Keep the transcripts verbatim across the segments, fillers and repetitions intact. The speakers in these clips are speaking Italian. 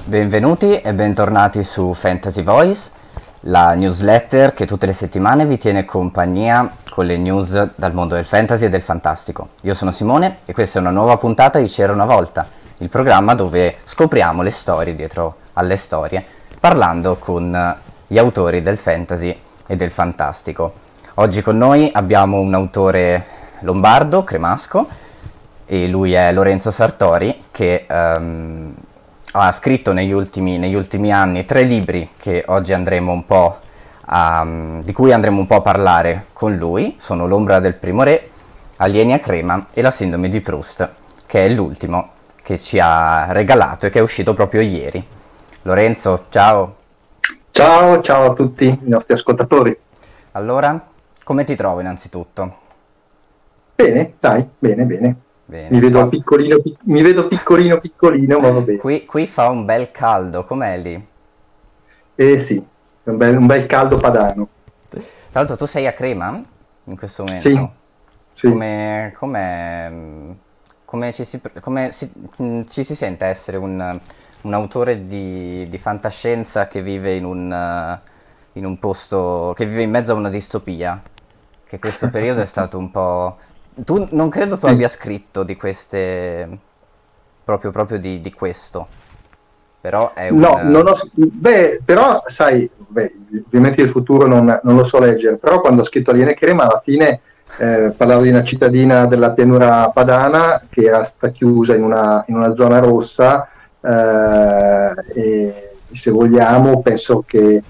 Benvenuti e bentornati su Fantasy Voice, la newsletter che tutte le settimane vi tiene compagnia con le news dal mondo del fantasy e del fantastico. Io sono Simone e questa è una nuova puntata di C'era una volta, il programma dove scopriamo le storie dietro alle storie, parlando con gli autori del fantasy e del fantastico. Oggi con noi abbiamo un autore lombardo, cremasco, e lui è Lorenzo Sartori, che um, ha scritto negli ultimi, negli ultimi anni tre libri che oggi andremo un po' a, di cui andremo un po' a parlare con lui. Sono L'ombra del primo re, Alieni a crema e La sindrome di Proust, che è l'ultimo che ci ha regalato e che è uscito proprio ieri. Lorenzo, ciao. Ciao, ciao a tutti i nostri ascoltatori. Allora, come ti trovo innanzitutto? Bene, dai, bene, bene. Bene. Mi vedo piccolino, pic- mi vedo piccolino, piccolino, ma va bene. Qui, qui fa un bel caldo, com'è lì? Eh sì, un bel, un bel caldo padano. Tra l'altro tu sei a Crema in questo momento? Sì, sì. Come, come, come, ci, si, come si, ci si sente essere un, un autore di, di fantascienza che vive in un, in un posto, che vive in mezzo a una distopia? Che questo periodo è stato un po'... Tu non credo tu Sì. abbia scritto di queste, proprio, proprio di, di questo, però è un... No, non ho, beh, però sai, beh, ovviamente il futuro non, non lo so leggere, però quando ho scritto Alieni a crema alla fine eh, parlavo di una cittadina della pianura padana che era stata chiusa in una, in una zona rossa eh, e se vogliamo penso che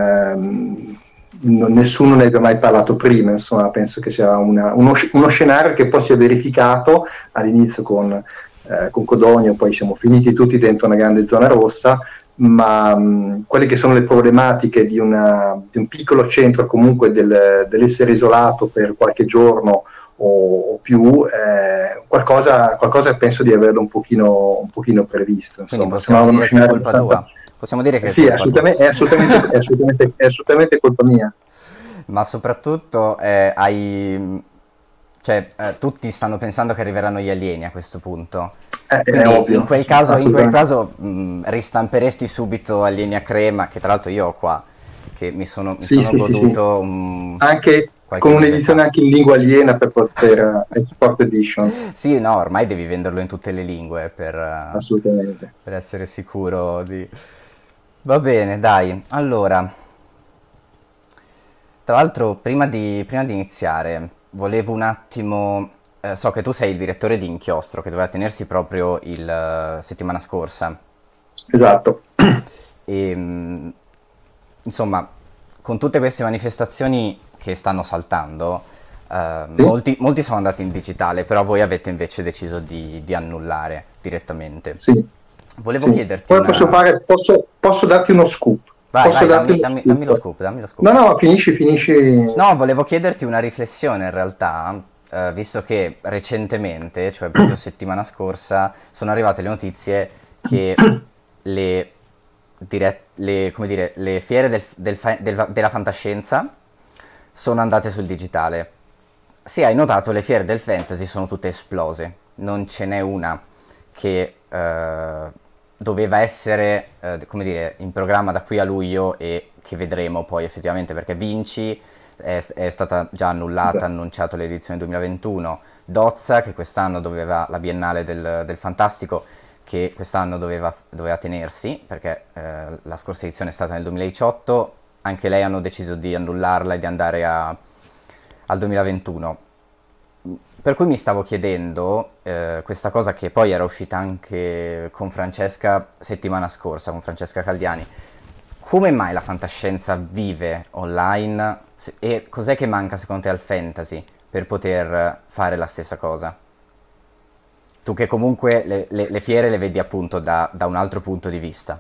ehm, non, nessuno ne abbia mai parlato prima, insomma penso che sia una, uno, uno scenario che poi si è verificato all'inizio con, eh, con Codogno, poi siamo finiti tutti dentro una grande zona rossa, ma mh, quelle che sono le problematiche di, una, di un piccolo centro comunque del, dell'essere isolato per qualche giorno o, o più, eh, qualcosa, qualcosa penso di averlo un pochino, un pochino previsto. Quindi Insomma, possiamo dire che è colpa abbastanza... tua? Possiamo dire che è Sì, colpa assolutamente, è, assolutamente, è, assolutamente, è assolutamente colpa mia. Ma soprattutto eh, hai... cioè eh, tutti stanno pensando che arriveranno gli alieni a questo punto. Eh, Quindi è ovvio, in quel caso, in quel assolutamente. caso mh, ristamperesti subito Alieni a crema, che tra l'altro io ho qua, che mi sono, mi Sì, sono sì, sì, sì. goduto un- Anche qualche con mese un'edizione fa. anche in lingua aliena per poter uh, export edition, Sì, no, ormai devi venderlo in tutte le lingue per, eh, assolutamente. per essere sicuro di... Va bene, dai. Allora, tra l'altro, prima di, prima di iniziare, volevo un attimo... eh, so che tu sei il direttore di Inchiostro, che doveva tenersi proprio il eh, settimana scorsa. Esatto. E, mh, insomma, con tutte queste manifestazioni che stanno saltando, eh, Sì, molti, molti sono andati in digitale, però voi avete invece deciso di, di annullare direttamente. sì, Volevo sì. chiederti Poi posso una... fare, posso, posso darti uno scoop. Vai, Posso vai, darti dammi, uno dammi, dammi lo scoop. scoop, dammi lo scoop. No, no, finisci, finisci. No, volevo chiederti una riflessione in realtà, eh, visto che recentemente, cioè proprio settimana scorsa, sono arrivate le notizie che le, dire- le, come dire, le fiere del- del fa- del- della fantascienza sono andate sul digitale. Se hai notato, le fiere del fantasy sono tutte esplose, non ce n'è una che eh, doveva essere, eh, come dire, in programma da qui a luglio e che vedremo poi effettivamente, perché Vinci è, è stata già annullata, ha annunciato l'edizione duemilaventuno, Dozza, che quest'anno doveva, la Biennale del, del Fantastico, che quest'anno doveva, doveva tenersi, perché eh, la scorsa edizione è stata nel duemiladiciotto, anche lei hanno deciso di annullarla e di andare a, al duemilaventuno. Per cui mi stavo chiedendo, eh, questa cosa che poi era uscita anche con Francesca settimana scorsa, con Francesca Caldiani, come mai la fantascienza vive online Se- e cos'è che manca secondo te al fantasy per poter fare la stessa cosa? Tu che comunque le, le- le fiere le vedi appunto da, da un altro punto di vista.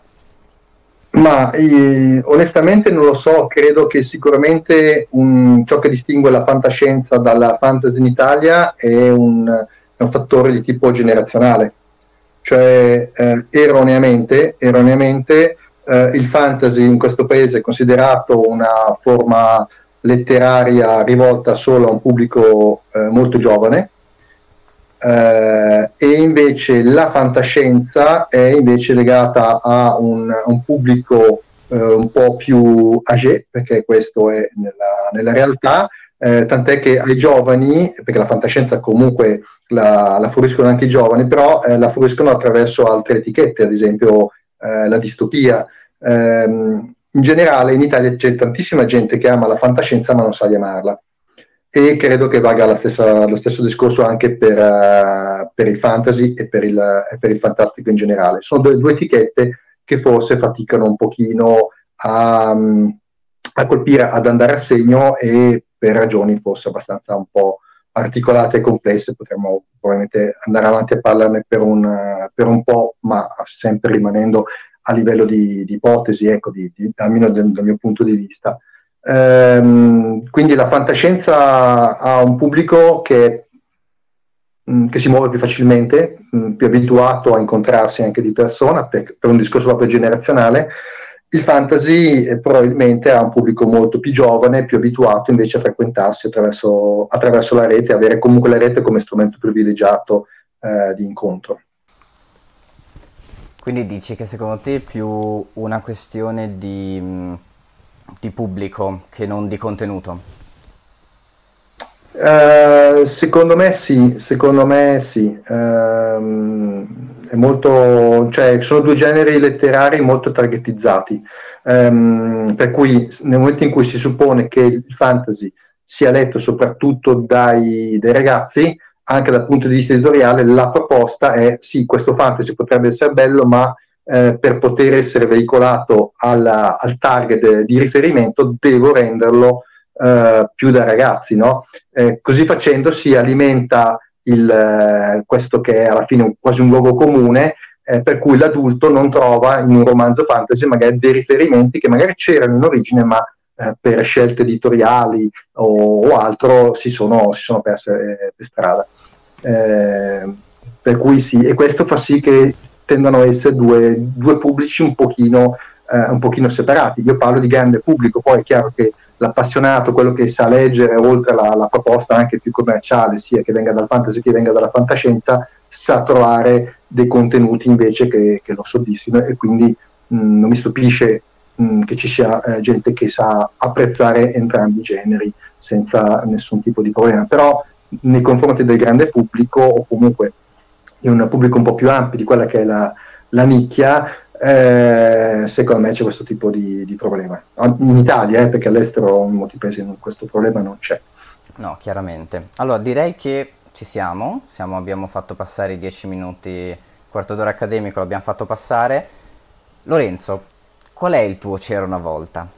Ma eh, onestamente non lo so, credo che sicuramente un- ciò che distingue la fantascienza dalla fantasy in Italia è un, è un fattore di tipo generazionale, cioè eh, erroneamente, erroneamente eh, il fantasy in questo paese è considerato una forma letteraria rivolta solo a un pubblico eh, molto giovane, eh, e invece la fantascienza è invece legata a un, a un pubblico eh, un po' più âgé, perché questo è nella, nella realtà, eh, tant'è che ai giovani, perché la fantascienza comunque la, la fruiscono anche i giovani, però eh, la fruiscono attraverso altre etichette, ad esempio eh, la distopia. Ehm, in generale in Italia c'è tantissima gente che ama la fantascienza ma non sa di amarla, e credo che valga la stessa, lo stesso discorso anche per, uh, per il fantasy e per il, e per il fantastico in generale. Sono due, due etichette che forse faticano un pochino a, a colpire, ad andare a segno, e per ragioni forse abbastanza un po' articolate e complesse potremmo probabilmente andare avanti a parlarne per un, per un po', ma sempre rimanendo a livello di, di ipotesi, ecco, di, di, almeno dal, dal mio punto di vista. Ehm, quindi la fantascienza ha un pubblico che, mh, che si muove più facilmente, mh, più abituato a incontrarsi anche di persona, per, per un discorso proprio generazionale. Il fantasy eh, probabilmente ha un pubblico molto più giovane, più abituato invece a frequentarsi attraverso, attraverso la rete, avere comunque la rete come strumento privilegiato eh, di incontro. Quindi dici che secondo te è più una questione di, di pubblico che non di contenuto? Uh, secondo me sì, secondo me sì. Uh, è molto, cioè, sono due generi letterari molto targetizzati, um, per cui nel momento in cui si suppone che il fantasy sia letto soprattutto dai, dai ragazzi, anche dal punto di vista editoriale la proposta è sì, questo fantasy potrebbe essere bello, ma eh, per poter essere veicolato alla, al target di riferimento devo renderlo eh, più da ragazzi, no? Eh, così facendo si alimenta il, eh, questo che è alla fine un, quasi un luogo comune, eh, per cui l'adulto non trova in un romanzo fantasy magari dei riferimenti che magari c'erano in origine, ma eh, per scelte editoriali o, o altro si sono, si sono perse eh, per strada. Eh, per cui sì, e questo fa sì che tendano a essere due, due pubblici un pochino, eh, un pochino separati. Io parlo di grande pubblico, poi è chiaro che l'appassionato, quello che sa leggere oltre la, la proposta anche più commerciale, sia che venga dal fantasy che venga dalla fantascienza, sa trovare dei contenuti invece che, che lo soddisfino, e quindi mh, non mi stupisce mh, che ci sia eh, gente che sa apprezzare entrambi i generi senza nessun tipo di problema. Però nei confronti del grande pubblico, o comunque di un pubblico un po' più ampio di quella che è la, la nicchia, eh, secondo me c'è questo tipo di, di problema. In Italia, eh, perché all'estero in molti paesi questo problema non c'è. No, chiaramente. Allora, direi che ci siamo, siamo abbiamo fatto passare i dieci minuti, quarto d'ora accademico l'abbiamo fatto passare. Lorenzo, qual è il tuo C'era una volta?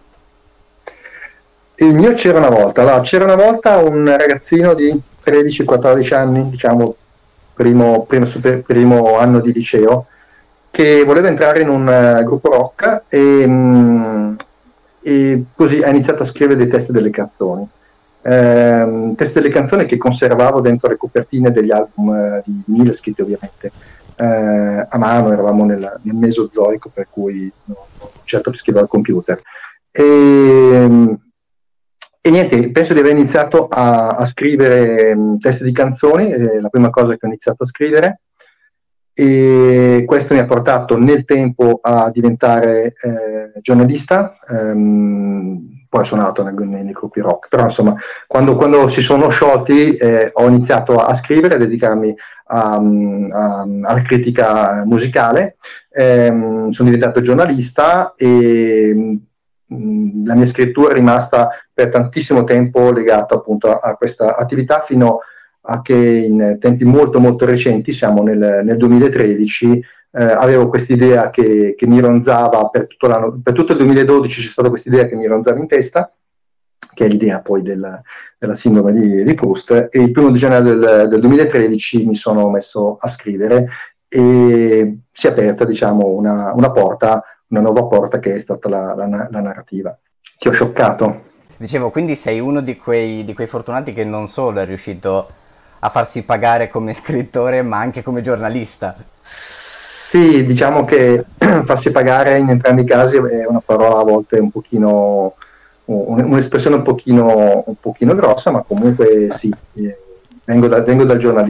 Il mio C'era una volta, allora, c'era una volta un ragazzino di tredici quattordici anni, diciamo primo, primo, super, primo anno di liceo, che voleva entrare in un uh, gruppo rock e, mh, e così ha iniziato a scrivere dei testi delle canzoni. Eh, testi delle canzoni che conservavo dentro le copertine degli album uh, di vinile scritti ovviamente eh, a mano, eravamo nel, nel mesozoico, per cui non no, certo scrivevo al computer. E, E niente, penso di aver iniziato a, a scrivere mh, testi di canzoni, è la prima cosa che ho iniziato a scrivere, e questo mi ha portato nel tempo a diventare eh, giornalista, ehm, poi ho suonato nei, nei gruppi rock, però insomma quando, quando si sono sciolti eh, ho iniziato a scrivere, a dedicarmi a, a, alla critica musicale, ehm, sono diventato giornalista e la mia scrittura è rimasta per tantissimo tempo legata appunto a, a questa attività, fino a che in tempi molto molto recenti, siamo nel, nel duemilatredici, eh, avevo quest'idea che, che mi ronzava per tutto l'anno, per tutto il duemiladodici c'è stata quest'idea che mi ronzava in testa, che è l'idea poi del, della sindrome di, di Proust, e il primo di gennaio del, del duemilatredici mi sono messo a scrivere e si è aperta, diciamo, una, una porta, una nuova porta che è stata la, la, la narrativa. Ti ho scioccato? Dicevo, quindi sei uno di quei, di quei fortunati che non solo è riuscito a farsi pagare come scrittore, ma anche come giornalista. Sì, diciamo che farsi pagare in entrambi i casi è una parola a volte un pochino, un'espressione un pochino, un pochino grossa, ma comunque sì, vengo, da, vengo dal giornalismo.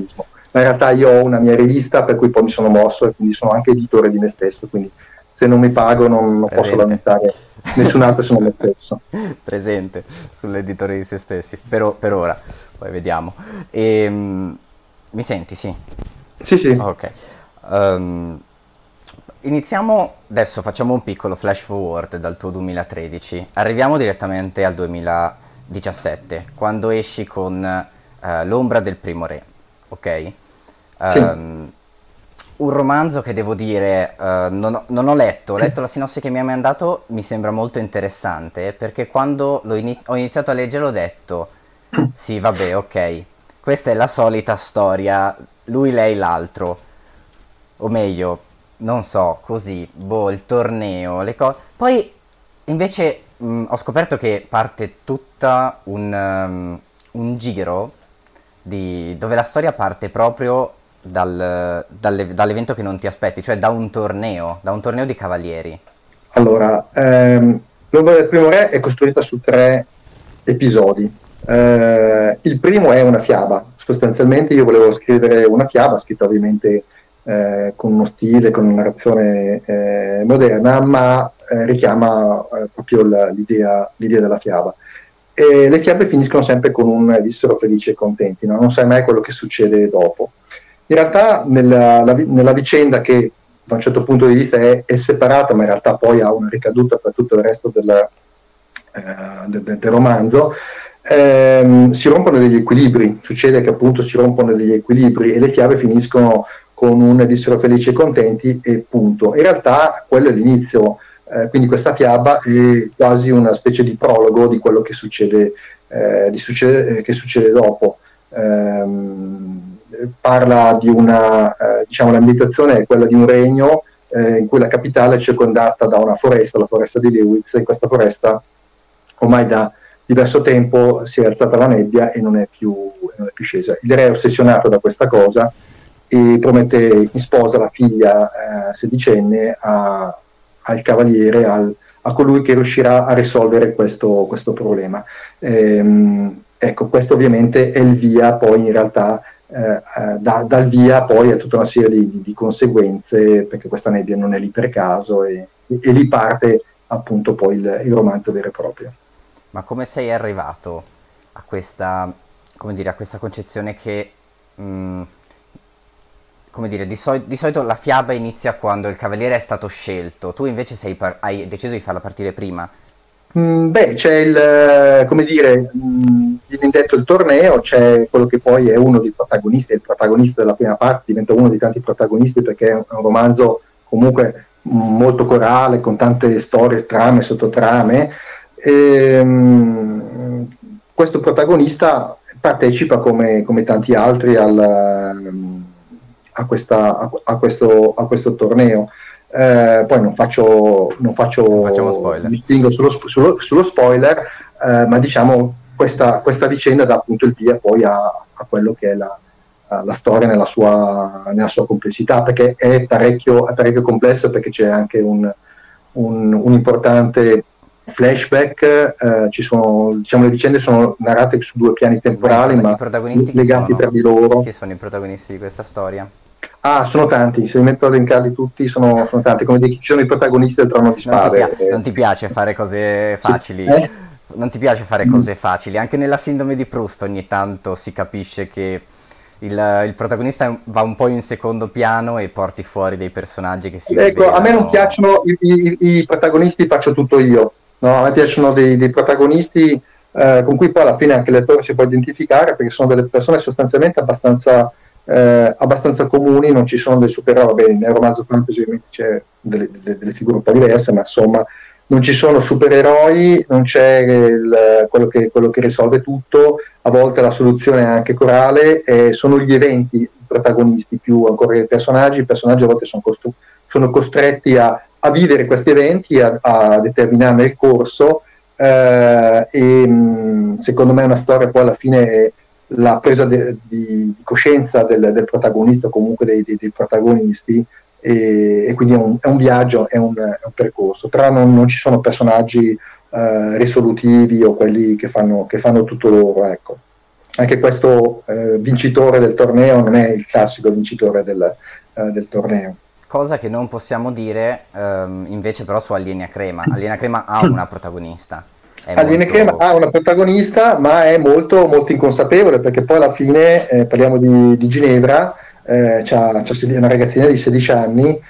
ma in realtà io ho una mia rivista per cui poi mi sono mosso e quindi sono anche editore di me stesso, quindi se non mi pago non, non posso lamentare nessun altro se non me stesso. Presente sull'editore di se stessi, per, per ora, poi vediamo. E, um, mi senti, sì? Sì, sì. Ok. Um, iniziamo, adesso facciamo un piccolo flash forward dal tuo duemilatredici, arriviamo direttamente al duemiladiciassette, quando esci con uh, L'ombra del primo re, ok? Um, Sì. Un romanzo che devo dire, uh, non, ho, non ho letto, ho letto la sinossi che mi hai mandato, mi sembra molto interessante, perché quando l'ho iniz- ho iniziato a leggere ho detto, sì vabbè, ok, questa è la solita storia, lui, lei, l'altro, o meglio, non so, così, boh, il torneo, le cose. Poi invece mh, ho scoperto che parte tutta un, um, un giro di, dove la storia parte proprio dal, dalle- dall'evento che non ti aspetti, cioè da un torneo, da un torneo di cavalieri. Allora, ehm, L'ombra del primo re è costruita su tre episodi. Eh, il primo è una fiaba, sostanzialmente io volevo scrivere una fiaba, scritta ovviamente eh, con uno stile, con una narrazione eh, moderna, ma eh, richiama eh, proprio la- l'idea, l'idea della fiaba. E le fiabe finiscono sempre con un vissero felici e contenti, no? Non sai mai quello che succede dopo. In realtà nella, la, nella vicenda che da un certo punto di vista è, è separata, ma in realtà poi ha una ricaduta per tutto il resto del, eh, del, del romanzo, ehm, si rompono degli equilibri, succede che appunto si rompono degli equilibri e le fiabe finiscono con un vissero felici e contenti e punto. In realtà quello è l'inizio, eh, quindi questa fiaba è quasi una specie di prologo di quello che succede, eh, di succede, che succede dopo. Ehm, parla di una, eh, diciamo, l'ambientazione è quella di un regno eh, in cui la capitale è circondata da una foresta, la foresta di Lewis, e in questa foresta ormai da diverso tempo si è alzata la nebbia e non è più, non è più scesa. Il re è ossessionato da questa cosa e promette in sposa la figlia eh, sedicenne a, al cavaliere, al, a colui che riuscirà a risolvere questo, questo problema. Ehm, ecco, questo ovviamente è il via poi in realtà eh, da, dal via poi a tutta una serie di, di, di conseguenze, perché questa nebbia non è lì per caso e, e, e lì parte appunto poi il, il romanzo vero e proprio. Ma come sei arrivato a questa, come dire, a questa concezione che, mh, come dire, di, soli- di solito la fiaba inizia quando il cavaliere è stato scelto, tu invece sei par- hai deciso di farla partire prima. Mm, beh, c'è il, come dire, mh, viene detto il torneo, c'è quello che poi è uno dei protagonisti, è il protagonista della prima parte, diventa uno dei tanti protagonisti perché è un, è un romanzo comunque mh, molto corale, con tante storie, trame, sottotrame. E, mh, questo protagonista partecipa come, come tanti altri al, mh, a, questa, a, a questo, a questo torneo. Eh, poi non faccio, non Non facciamo faccio spoiler. distingo sullo, sullo, sullo spoiler, eh, ma diciamo questa, questa vicenda dà appunto il via poi a, a quello che è la, la storia nella sua, nella sua complessità, perché è parecchio, è parecchio complessa, perché c'è anche un, un, un importante flashback, eh, ci sono, diciamo, le vicende sono narrate su due piani Ma i, temporali, prota- i ma protagonisti chi legati sono? tra di loro. Chi sono i protagonisti di questa storia? Ah, sono tanti, se mi metto a elencarli tutti sono, sono tanti, come dici, ci sono i protagonisti del Trono di Non ti, pia- Spade. Eh, non ti piace fare cose sì. facili? Eh? Non ti piace fare cose facili? Anche nella sindrome di Proust ogni tanto si capisce che il, il protagonista va un po' in secondo piano e porti fuori dei personaggi che si Ecco, a me non rivelano. piacciono i, i- i protagonisti, faccio tutto io, no? A me piacciono dei, dei protagonisti eh, con cui poi alla fine anche il lettore si può identificare, perché sono delle persone sostanzialmente abbastanza, eh, abbastanza comuni, non ci sono dei supereroi, bene, nel romanzo fantasy ovviamente c'è delle, delle, delle figure un po' diverse, ma insomma non ci sono supereroi, non c'è il- quello, che, quello che risolve tutto, a volte la soluzione è anche corale, eh, sono gli eventi i protagonisti più ancora che i personaggi, i personaggi a volte sono, costru- sono costretti a, a vivere questi eventi, a, a determinarne il corso, eh, e mh, secondo me una storia poi alla fine è la presa de, di, di coscienza del, del protagonista o comunque dei, dei, dei protagonisti, e, e quindi è un, è un viaggio, è un, è un percorso, però non, non ci sono personaggi eh, risolutivi o quelli che fanno, che fanno tutto loro, ecco. anche questo eh, vincitore del torneo non è il classico vincitore del, eh, del torneo. Cosa che non possiamo dire ehm, invece però su Alieni a Crema. Alieni a Crema ha una protagonista. È Alieni molto... Crema ha una protagonista, ma è molto, molto inconsapevole, perché poi alla fine, eh, parliamo di, di Ginevra, eh, c'ha, c'ha una ragazzina di sedici anni,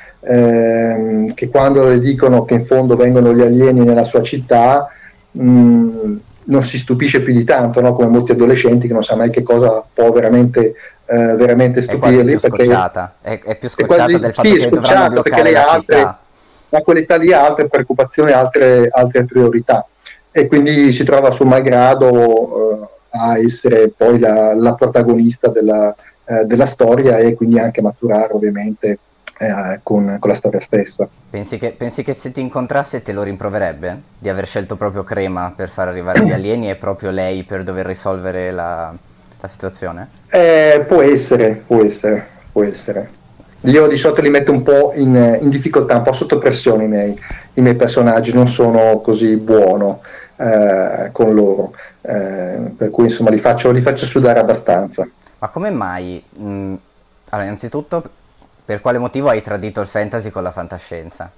ehm, che quando le dicono che in fondo vengono gli alieni nella sua città, mh, non si stupisce più di tanto, no? Come molti adolescenti che non sa mai che cosa può veramente, eh, veramente stupirli. È quasi più perché scocciata, è, è più è scocciata quasi, del fatto sì, che dovranno scocciata, perché bloccare le la altre, città. a quell'età lì ha altre preoccupazioni, altre, altre priorità, e quindi si trova a suo malgrado eh, a essere poi la, la protagonista della, eh, della storia, e quindi anche maturare ovviamente eh, con, con la storia stessa. Pensi che, pensi che se ti incontrasse te lo rimproverebbe? Di aver scelto proprio Crema per far arrivare gli alieni e proprio lei per dover risolvere la, la situazione? Eh, può essere, può essere, può essere. Io di solito li metto un po' in, in difficoltà, un po' sotto pressione i miei, i miei personaggi, non sono così buono eh, con loro, eh, per cui insomma li faccio, li faccio sudare abbastanza. Ma come mai? Mh, allora, innanzitutto, per quale motivo hai tradito il fantasy con la fantascienza?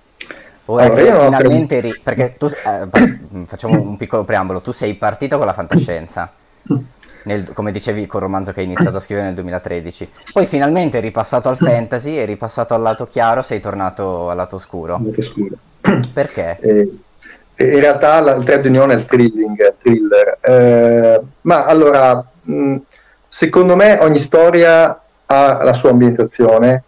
O è Allora, io che non ho finalmente, tradito. ri- perché tu, eh, par- facciamo un piccolo preambolo, tu sei partito con la fantascienza, nel- come dicevi col romanzo che hai iniziato a scrivere nel duemilatredici, poi finalmente eri passato al fantasy, eri passato al lato chiaro, sei tornato al lato oscuro. Molto scuro. Perché? Eh, in realtà la- il trade union è il thrilling, thriller. Eh, ma allora, mh, secondo me ogni storia ha la sua ambientazione,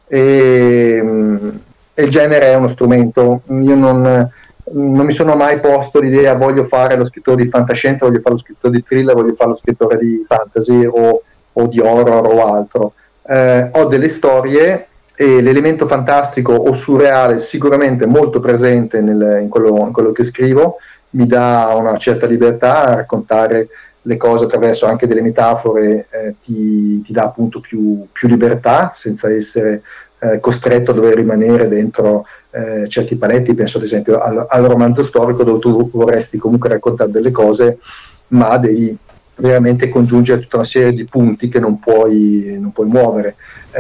e, mh, e il genere è uno strumento. Io non, non mi sono mai posto l'idea voglio fare lo scrittore di fantascienza, voglio fare lo scrittore di thriller, voglio fare lo scrittore di fantasy o, o di horror o altro. Eh, ho delle storie, e l'elemento fantastico o surreale sicuramente molto presente nel, in, quello, in quello che scrivo, mi dà una certa libertà a raccontare le cose attraverso anche delle metafore, eh, ti, ti dà appunto più, più libertà senza essere eh, costretto a dover rimanere dentro eh, certi paletti. Penso ad esempio al, al romanzo storico, dove tu vorresti comunque raccontare delle cose, ma devi veramente congiungere tutta una serie di punti che non puoi, non puoi muovere.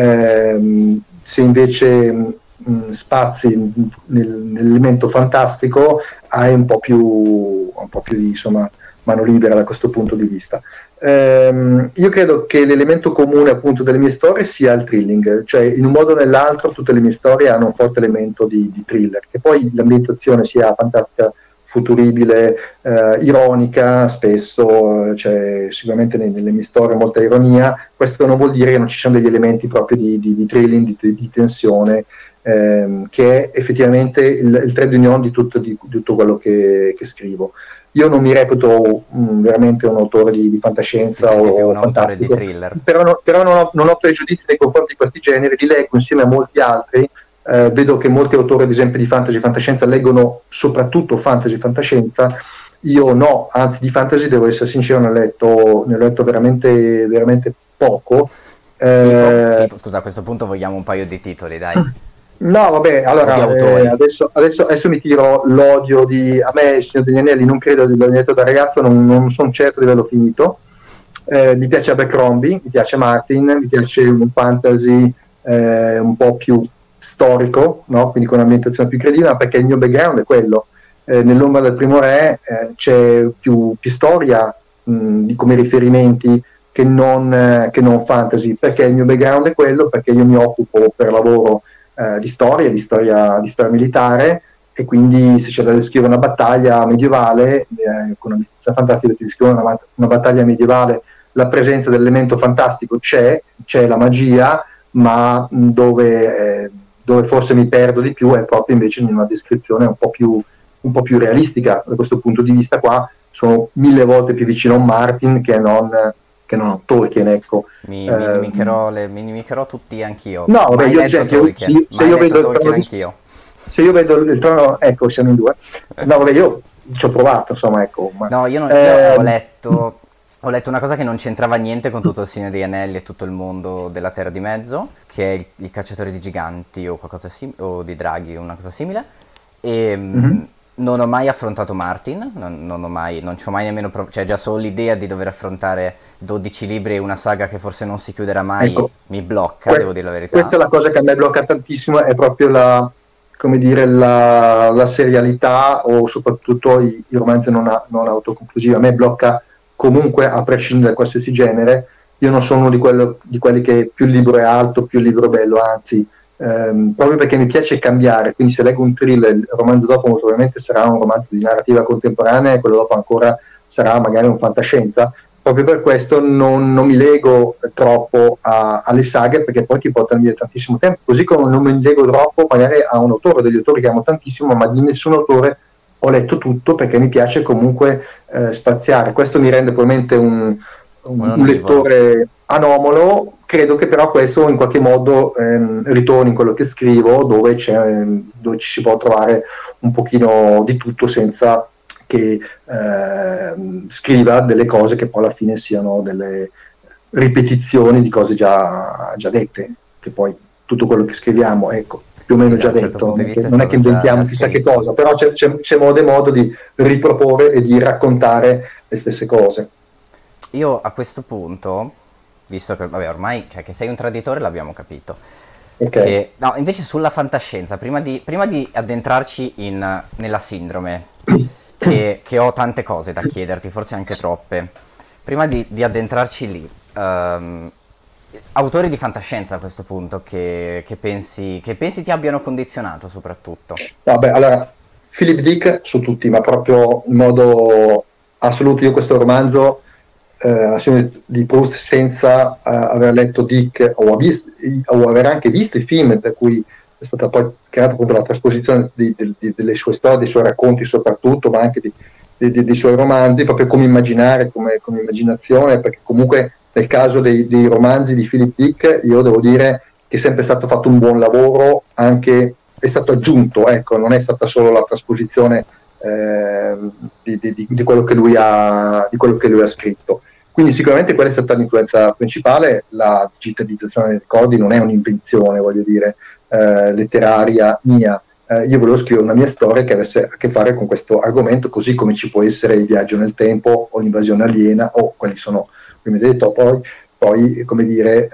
Eh, se invece mh, spazi nel, nell'elemento fantastico, hai un po' più, un po' più di insomma, mano libera da questo punto di vista. Ehm, io credo che l'elemento comune appunto delle mie storie sia il thrilling, cioè in un modo o nell'altro tutte le mie storie hanno un forte elemento di, di thriller, che poi l'ambientazione sia fantastica, futuribile, eh, ironica, spesso c'è sicuramente nelle mie storie molta ironia. Questo non vuol dire che non ci siano degli elementi proprio di, di, di thrilling, di, di tensione, ehm, che è effettivamente il, il trade union di tutto, di, di tutto quello che, che scrivo. Io non mi reputo mh, veramente un autore di, di fantascienza Ti senti più o un autore di fantastico, thriller? però, no, però non, ho, non ho pregiudizi nei confronti di questi generi, li leggo insieme a molti altri. Eh, vedo che molti autori, ad esempio, di fantasy e fantascienza leggono soprattutto fantasy e fantascienza. Io no, anzi di fantasy, devo essere sincero, ne ho letto, ne ho letto veramente, veramente poco. Tipo, Eh, tipo, scusa, a questo punto vogliamo un paio di titoli, dai. No, vabbè, O di allora autori. eh, adesso, adesso, adesso mi tiro l'odio di... A me, il Signore degli Anelli, non credo di averlo letto da ragazzo, non, non sono certo di averlo finito. Eh, mi piace Abercrombie, mi piace Martin, mi piace un fantasy eh, un po' più storico, no? Quindi con un'ambientazione più credibile, ma perché il mio background è quello. Eh, nell'ombra del primo re eh, c'è più, più storia mh, di, come riferimenti che non, eh, che non fantasy, perché il mio background è quello, perché io mi occupo per lavoro eh, di storia, di storia, di storia militare, e quindi se c'è da descrivere una battaglia medievale, eh, con una ambizione fantastica, ti descrivo una, una battaglia medievale, la presenza dell'elemento fantastico c'è, c'è la magia, ma dove, eh, dove forse mi perdo di più è proprio invece in una descrizione un po' più, un po' più realistica. Da questo punto di vista qua sono mille volte più vicino a un Martin che non, che non a Tolkien, ecco. Mi, mi Eh, inimicherò, le, mi inimicherò tutti anch'io. no, vabbè, Mai io letto gente, Tolkien, se, se mai io letto vedo il Tolkien trono di, anch'io. se io vedo il trono, ecco, siamo in due. No, vabbè, io ci ho provato, insomma, ecco. Ma, No, io, non, io eh, ho letto, ho letto una cosa che non c'entrava niente con tutto il Signore degli Anelli e tutto il mondo della Terra di Mezzo, che è il, il cacciatore di giganti o qualcosa sim- o di draghi, una cosa simile. E, mm-hmm. non ho mai affrontato Martin, non, non ho mai, non ci ho mai nemmeno provato, cioè già solo l'idea di dover affrontare dodici libri e una saga che forse non si chiuderà mai Ecco, mi blocca, que- devo dire la verità. questa è la cosa che a me blocca tantissimo, è proprio la, come dire, la, la serialità o soprattutto i, i romanzi non, a- non autoconclusivi. A me blocca comunque, a prescindere da qualsiasi genere. Io non sono uno di, quello, di quelli che più il libro è alto, più il libro è bello, anzi, ehm, proprio perché mi piace cambiare. Quindi se leggo un thriller, il romanzo dopo molto probabilmente sarà un romanzo di narrativa contemporanea e quello dopo ancora sarà magari un fantascienza. Proprio per questo non, non mi lego troppo a, alle saghe, perché poi ti portano via tantissimo tempo, così come non mi lego troppo magari a un autore, degli autori che amo tantissimo, ma di nessun autore ho letto tutto, perché mi piace comunque eh, spaziare. Questo mi rende probabilmente un, Un un, un onnivoro. lettore anomalo. Credo che però questo in qualche modo ehm, ritorni in quello che scrivo, dove, c'è, dove ci si può trovare un pochino di tutto senza che eh, scriva delle cose che poi alla fine siano delle ripetizioni di cose già, già dette, che poi tutto quello che scriviamo, ecco, più o Sì, meno da già un certo detto, punto non di è che, vista è non è che stato già, già inventiamo chissà che scritto. cosa, però c'è, c'è, c'è modo e modo di riproporre e di raccontare le stesse cose. Io a questo punto, visto che vabbè, ormai cioè, che sei un traditore l'abbiamo capito, Ok. che no, invece sulla fantascienza, prima di, prima di addentrarci in, nella sindrome, che, che ho tante cose da chiederti, forse anche troppe, prima di, di addentrarci lì, ehm, autori di fantascienza a questo punto che, che pensi, che pensi ti abbiano condizionato soprattutto. Vabbè, allora, Philip Dick su tutti, ma proprio in modo assoluto. Io questo romanzo, eh, La Sindrome di Proust, senza eh, aver letto Dick o, ha visto- o aver anche visto i film da cui è stata poi creata appunto la trasposizione di- di- di- delle sue storie, dei suoi racconti soprattutto, ma anche di- di- di- dei suoi romanzi, proprio come immaginare, come, come immaginazione, perché comunque nel caso dei, dei romanzi di Philip Dick io devo dire che è sempre stato fatto un buon lavoro, anche è stato aggiunto, ecco, non è stata solo la trasposizione eh, di, di, di, quello che lui ha, di quello che lui ha scritto. Quindi sicuramente quella è stata l'influenza principale. La digitalizzazione dei ricordi non è un'invenzione, voglio dire, eh, letteraria mia. Eh, io volevo scrivere una mia storia che avesse a che fare con questo argomento, così come ci può essere il viaggio nel tempo o l'invasione aliena, o quelli sono, come detto, poi, poi come dire,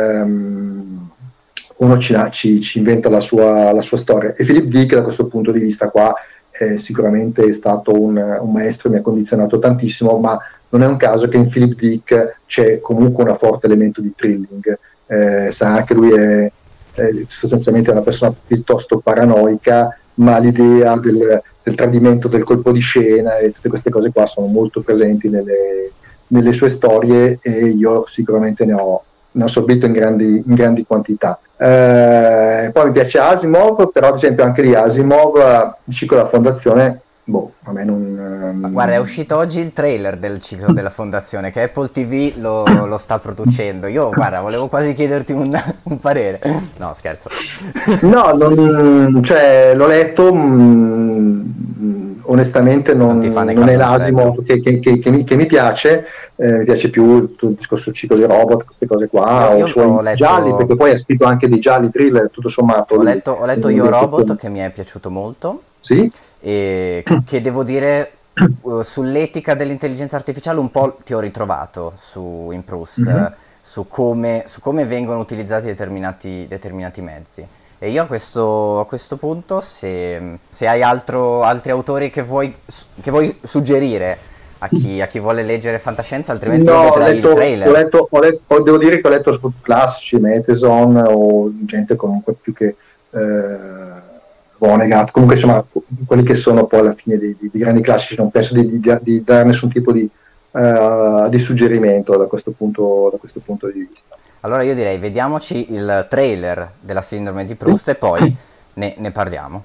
ehm, uno ci, ci, ci inventa la sua, la sua storia. E Philip Dick da questo punto di vista qua eh, sicuramente è stato un, un maestro, mi ha condizionato tantissimo, ma non è un caso che in Philip Dick c'è comunque un forte elemento di thrilling. Eh, sa anche lui è, è sostanzialmente una persona piuttosto paranoica, ma l'idea del, del tradimento, del colpo di scena e tutte queste cose qua sono molto presenti nelle, nelle sue storie, e io sicuramente ne ho, ne ho assorbito in grandi, in grandi quantità. Eh, poi mi piace Asimov, però ad esempio anche di Asimov, il ciclo della fondazione, boh, a me Ma guarda, è non... uscito oggi il trailer del ciclo della fondazione che Apple T V lo, lo sta producendo. Io, guarda, volevo quasi chiederti un, un parere. No, scherzo. No, non, cioè, l'ho letto, mh, onestamente Non ti fa non, né non è caldo né freddo. l'Asimov che, che- che- che mi, che mi piace. Eh, mi piace più tutto il discorso ciclo dei robot, queste cose Io, qua, o i io ho suoi gialli, perché letto, poi ha scritto anche dei gialli thriller, tutto sommato ho lui, letto, ho letto in Io Robot ambientazioni. che mi è piaciuto molto Sì? e che devo dire uh, sull'etica dell'intelligenza artificiale un po' ti ho ritrovato su, in Proust, Mhm. eh, su come, su come vengono utilizzati determinati, determinati mezzi. E io a questo, a questo punto, se, se hai altro- altri autori che vuoi, che vuoi suggerire a chi, a chi vuole leggere fantascienza, altrimenti No, io ho vedrei il letto, ho trailer. letto, ho letto, devo dire che ho letto soprattutto classici, Meteson o gente comunque più che eh, Vonnegut, comunque insomma quelli che sono poi alla fine dei, dei- dei grandi classici, non penso di, di- di dare nessun tipo di, eh, di suggerimento da questo punto, da questo punto di vista. Allora io direi vediamoci il trailer della sindrome di Sì? Proust e poi ne, ne parliamo.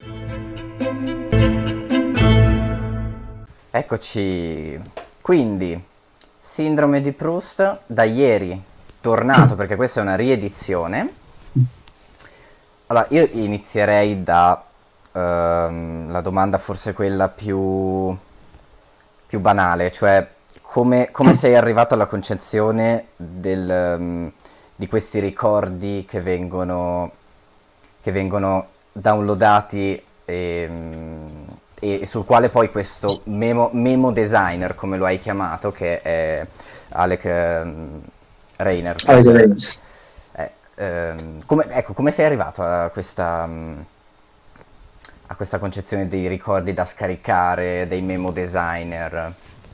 Eccoci. Quindi, sindrome di Proust da ieri, tornato perché questa è una riedizione. Allora, io inizierei da ehm, la domanda forse quella più, più banale, cioè come, come sei arrivato alla concezione del, ehm, di questi ricordi che vengono, che vengono downloadati e, mm, e sul quale poi questo memo, memo designer, come lo hai chiamato, che è Alec ehm, Reiner. Alec Reiner. Eh, ehm, come, ecco, come sei arrivato a questa, a questa concezione dei ricordi da scaricare, dei memo designer?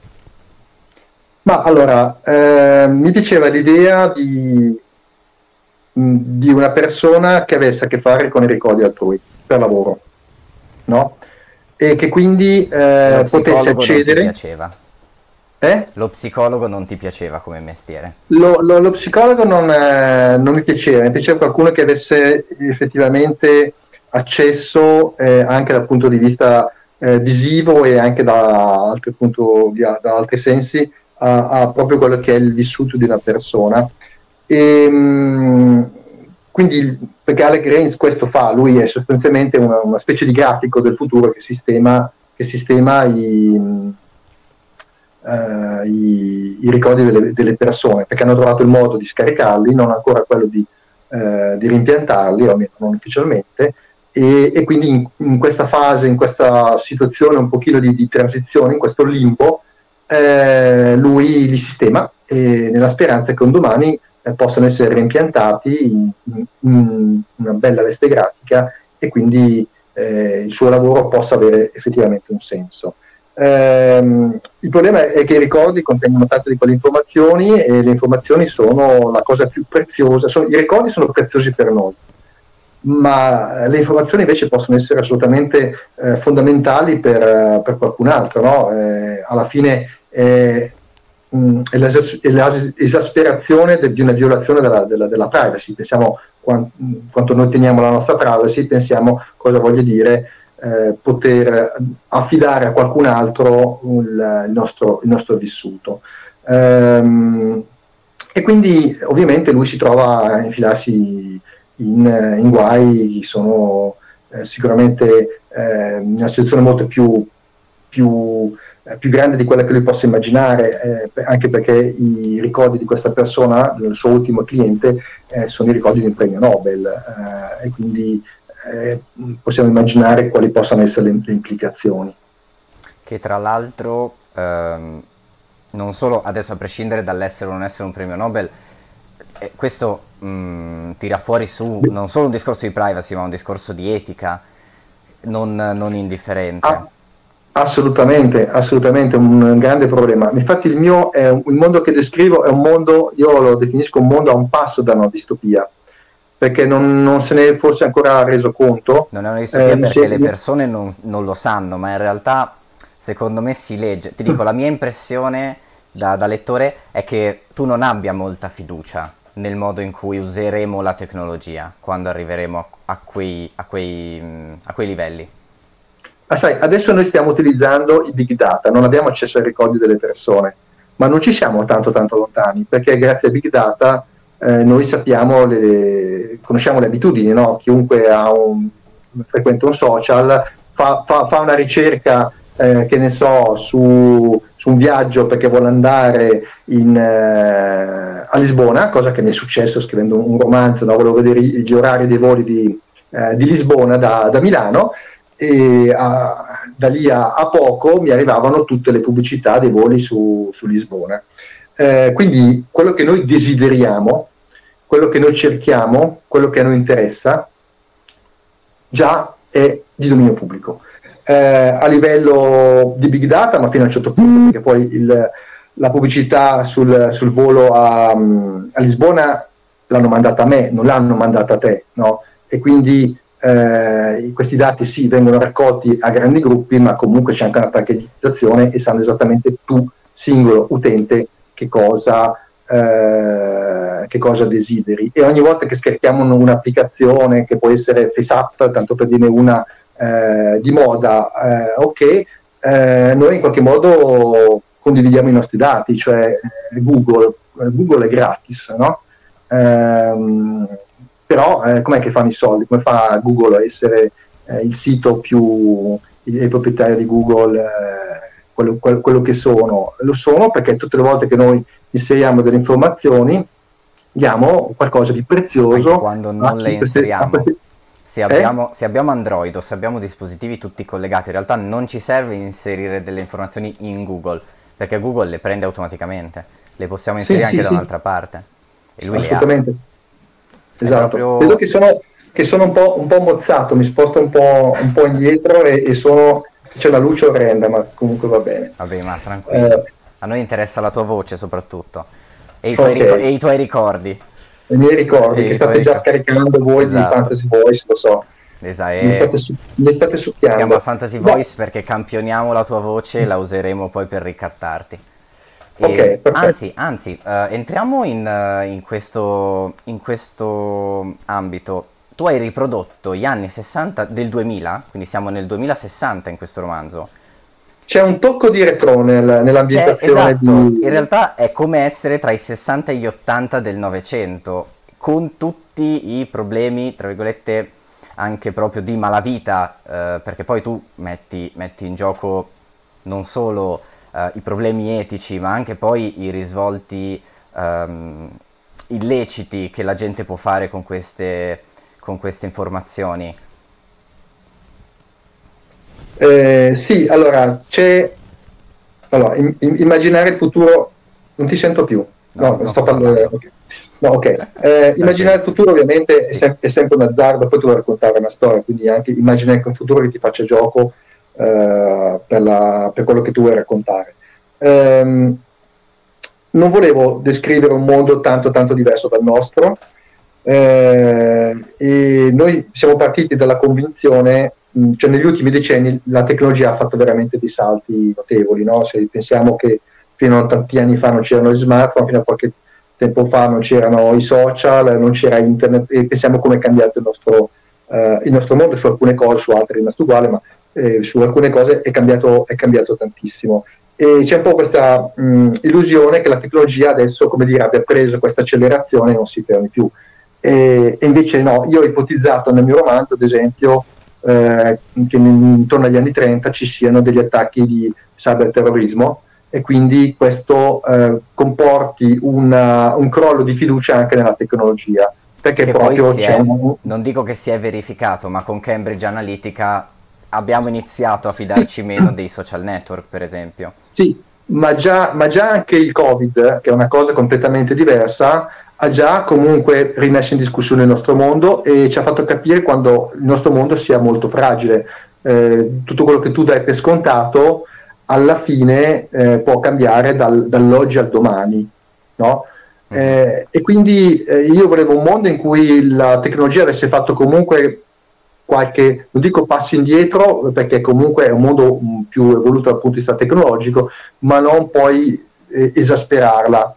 Ma allora, eh, mi piaceva l'idea di, di una persona che avesse a che fare con i ricordi altrui per lavoro, no? E che quindi eh, potesse accedere. Non ti piaceva? Eh? Lo psicologo non ti piaceva come mestiere? Lo, lo, lo psicologo non, eh, non mi piaceva, mi piaceva qualcuno che avesse effettivamente accesso eh, anche dal punto di vista eh, visivo e anche da altri, punto, da, da altri sensi a, a proprio quello che è il vissuto di una persona. E, mh, quindi, perché Alec Reins questo fa, lui è sostanzialmente una, una specie di grafico del futuro che sistema, che sistema i, uh, i, i ricordi delle, delle persone, perché hanno trovato il modo di scaricarli, non ancora quello di, uh, di rimpiantarli, o almeno non ufficialmente, e, e quindi in, in questa fase, in questa situazione un pochino di, di transizione, in questo limbo, eh, lui li sistema, e nella speranza che un domani Eh, possono essere reimpiantati in, in, in una bella veste grafica e quindi eh, il suo lavoro possa avere effettivamente un senso. Ehm, il problema è che i ricordi contengono tante di quelle informazioni e le informazioni sono la cosa più preziosa, sono, i ricordi sono preziosi per noi, ma le informazioni invece possono essere assolutamente eh, fondamentali per, per qualcun altro, no? Eh, alla fine eh, è l'esasperazione di una violazione della, della, della privacy. Pensiamo quanto, quanto noi teniamo la nostra privacy, pensiamo cosa voglia dire eh, poter affidare a qualcun altro il, il, nostro, il nostro vissuto. Ehm, e quindi ovviamente lui si trova a infilarsi in, in guai, sono eh, sicuramente eh, in una situazione molto più, più più grande di quella che lui possa immaginare, eh, anche perché i ricordi di questa persona, il suo ultimo cliente, eh, sono i ricordi di un premio Nobel, eh, e quindi eh, possiamo immaginare quali possano essere le, le implicazioni. Che tra l'altro, ehm, non solo adesso a prescindere dall'essere o non essere un premio Nobel, eh, questo mh, tira fuori su non solo un discorso di privacy, ma un discorso di etica non, non indifferente. Ah. Assolutamente, assolutamente un grande problema. Infatti il mio è un, il mondo che descrivo è un mondo, io lo definisco un mondo a un passo da una distopia, perché non, non se ne è forse ancora reso conto. Non è una distopia eh, perché le persone non, non lo sanno, ma in realtà secondo me si legge. Ti dico, la mia impressione da, da lettore è che tu non abbia molta fiducia nel modo in cui useremo la tecnologia quando arriveremo a, a, quei, a, quei, a quei livelli. Ma sai, adesso noi stiamo utilizzando i big data, non abbiamo accesso ai ricordi delle persone, ma non ci siamo tanto tanto lontani, perché grazie ai big data eh, noi sappiamo, le, conosciamo le abitudini, no? Chiunque ha un, frequenta un social, fa, fa, fa una ricerca, eh, che ne so, su, su un viaggio perché vuole andare in, eh, a Lisbona, cosa che mi è successo scrivendo un, un romanzo, no? Volevo vedere gli orari dei voli di, eh, di Lisbona da, da Milano, e a, da lì a, a poco mi arrivavano tutte le pubblicità dei voli su, su Lisbona. Eh, quindi quello che noi desideriamo, quello che noi cerchiamo, quello che a noi interessa, già è di dominio pubblico. Eh, a livello di big data, ma fino a un certo punto, perché poi il, la pubblicità sul, sul volo a, a Lisbona l'hanno mandata a me, non l'hanno mandata a te, no? E quindi Eh, questi dati sì vengono raccolti a grandi gruppi, ma comunque c'è anche una pacchetizzazione e sanno esattamente tu, singolo utente, che cosa, eh, che cosa desideri. E ogni volta che scarichiamo un'applicazione, che può essere FaceApp, tanto per dire una eh, di moda, eh, ok, eh, noi in qualche modo condividiamo i nostri dati, cioè eh, Google, Google è gratis, no? Ehm, però eh, com'è che fanno i soldi? Come fa Google a essere eh, il sito più, il, il proprietario di Google, eh, quello, quello, quello che sono? Lo sono perché tutte le volte che noi inseriamo delle informazioni diamo qualcosa di prezioso. Anche quando non le inseriamo. Queste, se abbiamo, se abbiamo Android o se abbiamo dispositivi tutti collegati, in realtà non ci serve inserire delle informazioni in Google, perché Google le prende automaticamente, le possiamo inserire Sì, anche sì, da sì. un'altra parte e lui le ha. Assolutamente. È Esatto. proprio... Vedo che sono, che sono un po', un po' mozzato, mi sposto un po', un po' indietro e, e sono, c'è una luce orrenda, ma comunque va bene. Vabbè, ma tranquillo. Eh, A noi interessa la tua voce soprattutto e i tuoi, ok, rico- e i tuoi ricordi. i miei ricordi E che i tuoi state già ricordi. scaricando voi di Esatto. Fantasy Voice, lo so, Esatto, mi e state, su- mi state si chiama succhiando. Fantasy No, Voice perché campioniamo la tua voce e la useremo poi per ricattarti. ok, E, perfetto. anzi, anzi, eh, entriamo in, eh, in questo, in questo ambito. Tu hai riprodotto gli anni sessanta del duemila, quindi siamo nel duemilasessanta in questo romanzo. C'è un tocco di retro nel- C'è, nell'ambientazione esatto, in di... realtà è come essere tra i sessanta e gli ottanta del Novecento, con tutti i problemi, tra virgolette, anche proprio di malavita, eh, perché poi tu metti, metti in gioco non solo eh, i problemi etici, ma anche poi i risvolti ehm, illeciti che la gente può fare con queste, con queste informazioni. Eh, sì, allora, c'è... Allora, im- im- immaginare il futuro... Non ti sento più. No, No, non sto sto parlando... parlando. ok. No, ok. Eh, immaginare Tranquillo. il futuro ovviamente è, Sì. sem- è sempre un azzardo, poi tu devi raccontare una storia, quindi anche immaginare anche un futuro che ti faccia gioco eh, per, la- per quello che tu vuoi raccontare. Ehm, non volevo descrivere un mondo tanto tanto diverso dal nostro, eh, e noi siamo partiti dalla convinzione, mh, cioè negli ultimi decenni la tecnologia ha fatto veramente dei salti notevoli, no? Se pensiamo che fino a tanti anni fa non c'erano gli smartphone, fino a qualche tempo fa non c'erano i social, non c'era internet, e pensiamo come è cambiato il nostro, eh, il nostro mondo, su alcune cose, su altre è rimasto uguale, ma eh, su alcune cose è cambiato, è cambiato tantissimo. E c'è un po' questa mh, illusione che la tecnologia adesso, come dire, abbia preso questa accelerazione e non si fermi più. E, e invece no, io ho ipotizzato nel mio romanzo, ad esempio, eh, che intorno agli anni trenta ci siano degli attacchi di cyberterrorismo e quindi questo eh, comporti una, un crollo di fiducia anche nella tecnologia, perché Che poi proprio si c'è è, un... non dico che si è verificato, ma con Cambridge Analytica abbiamo iniziato a fidarci meno dei social network, per esempio. Sì, ma già, ma già anche il Covid, che è una cosa completamente diversa, ha già comunque rimesso in discussione il nostro mondo e ci ha fatto capire quando il nostro mondo sia molto fragile. Eh, tutto quello che tu dai per scontato, alla fine eh, può cambiare dal, dall'oggi al domani, no? Mhm. Eh, e quindi eh, io volevo un mondo in cui la tecnologia avesse fatto comunque qualche, non dico passo indietro, perché comunque è un mondo mh, più evoluto dal punto di vista tecnologico, ma non poi eh, esasperarla.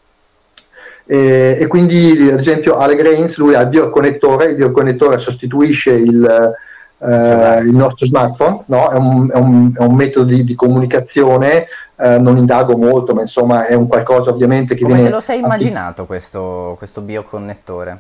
E, e quindi, ad esempio, Alec Rains, lui ha il bioconnettore, il bioconnettore sostituisce il, eh, il nostro smartphone, no? È un, è un, è un metodo di, di comunicazione, eh, non indago molto, ma insomma è un qualcosa ovviamente che Come te viene... lo sei immaginato questo, questo bioconnettore?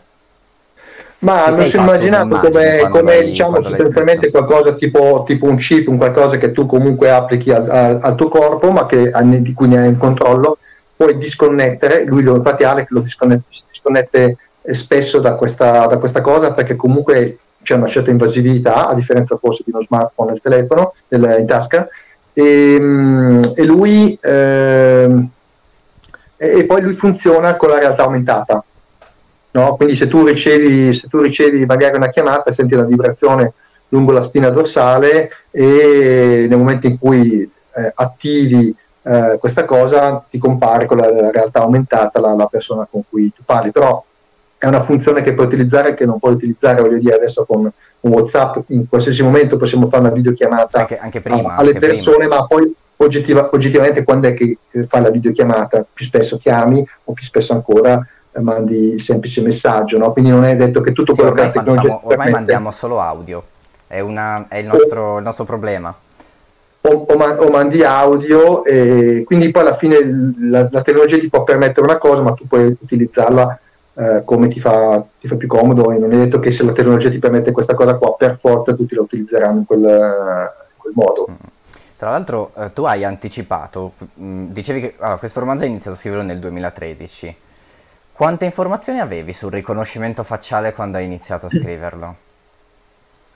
Ma Ti non sei si è fatto immaginato un'immagine come, quando come l'hai, diciamo quando l'hai scritto? sostanzialmente qualcosa tipo, tipo un chip, un qualcosa che tu comunque applichi al, al- al tuo corpo, ma che, di cui ne hai il controllo, puoi disconnettere, lui lo, infatti Alec lo disconnette, si disconnette eh, spesso da questa, da questa cosa perché comunque c'è una certa invasività, a differenza forse di uno smartphone nel telefono, nel, in tasca, e, mm, e lui ehm, e, e poi lui funziona con la realtà aumentata. No? Quindi se tu, ricevi, se tu ricevi magari una chiamata, senti la vibrazione lungo la spina dorsale e nel momento in cui eh, attivi eh, questa cosa ti compare con la, la realtà aumentata la, la persona con cui tu parli. Però è una funzione che puoi utilizzare, che non puoi utilizzare, voglio dire, adesso con un WhatsApp, in qualsiasi momento possiamo fare una videochiamata Anche, anche a, prima, alle anche prima. persone, ma poi oggettiva, oggettivamente quando è che fai la videochiamata? Più spesso chiami o più spesso ancora mandi il semplice messaggio, no? Quindi non è detto che tutto Sì, quello che la ormai tecnologia ti facciamo, ormai permette mandiamo solo audio, è, una, è il o, nostro, il nostro problema. o, o, man- o mandi audio e quindi poi alla fine la, la tecnologia ti può permettere una cosa ma tu puoi utilizzarla eh, come ti fa, ti fa più comodo e non è detto che se la tecnologia ti permette questa cosa qua per forza tutti la utilizzeranno in quel, in quel modo. Tra l'altro eh, tu hai anticipato, mh, dicevi che allora, questo romanzo hai iniziato a scriverlo nel duemilatredici. Quante informazioni avevi sul riconoscimento facciale quando hai iniziato a scriverlo?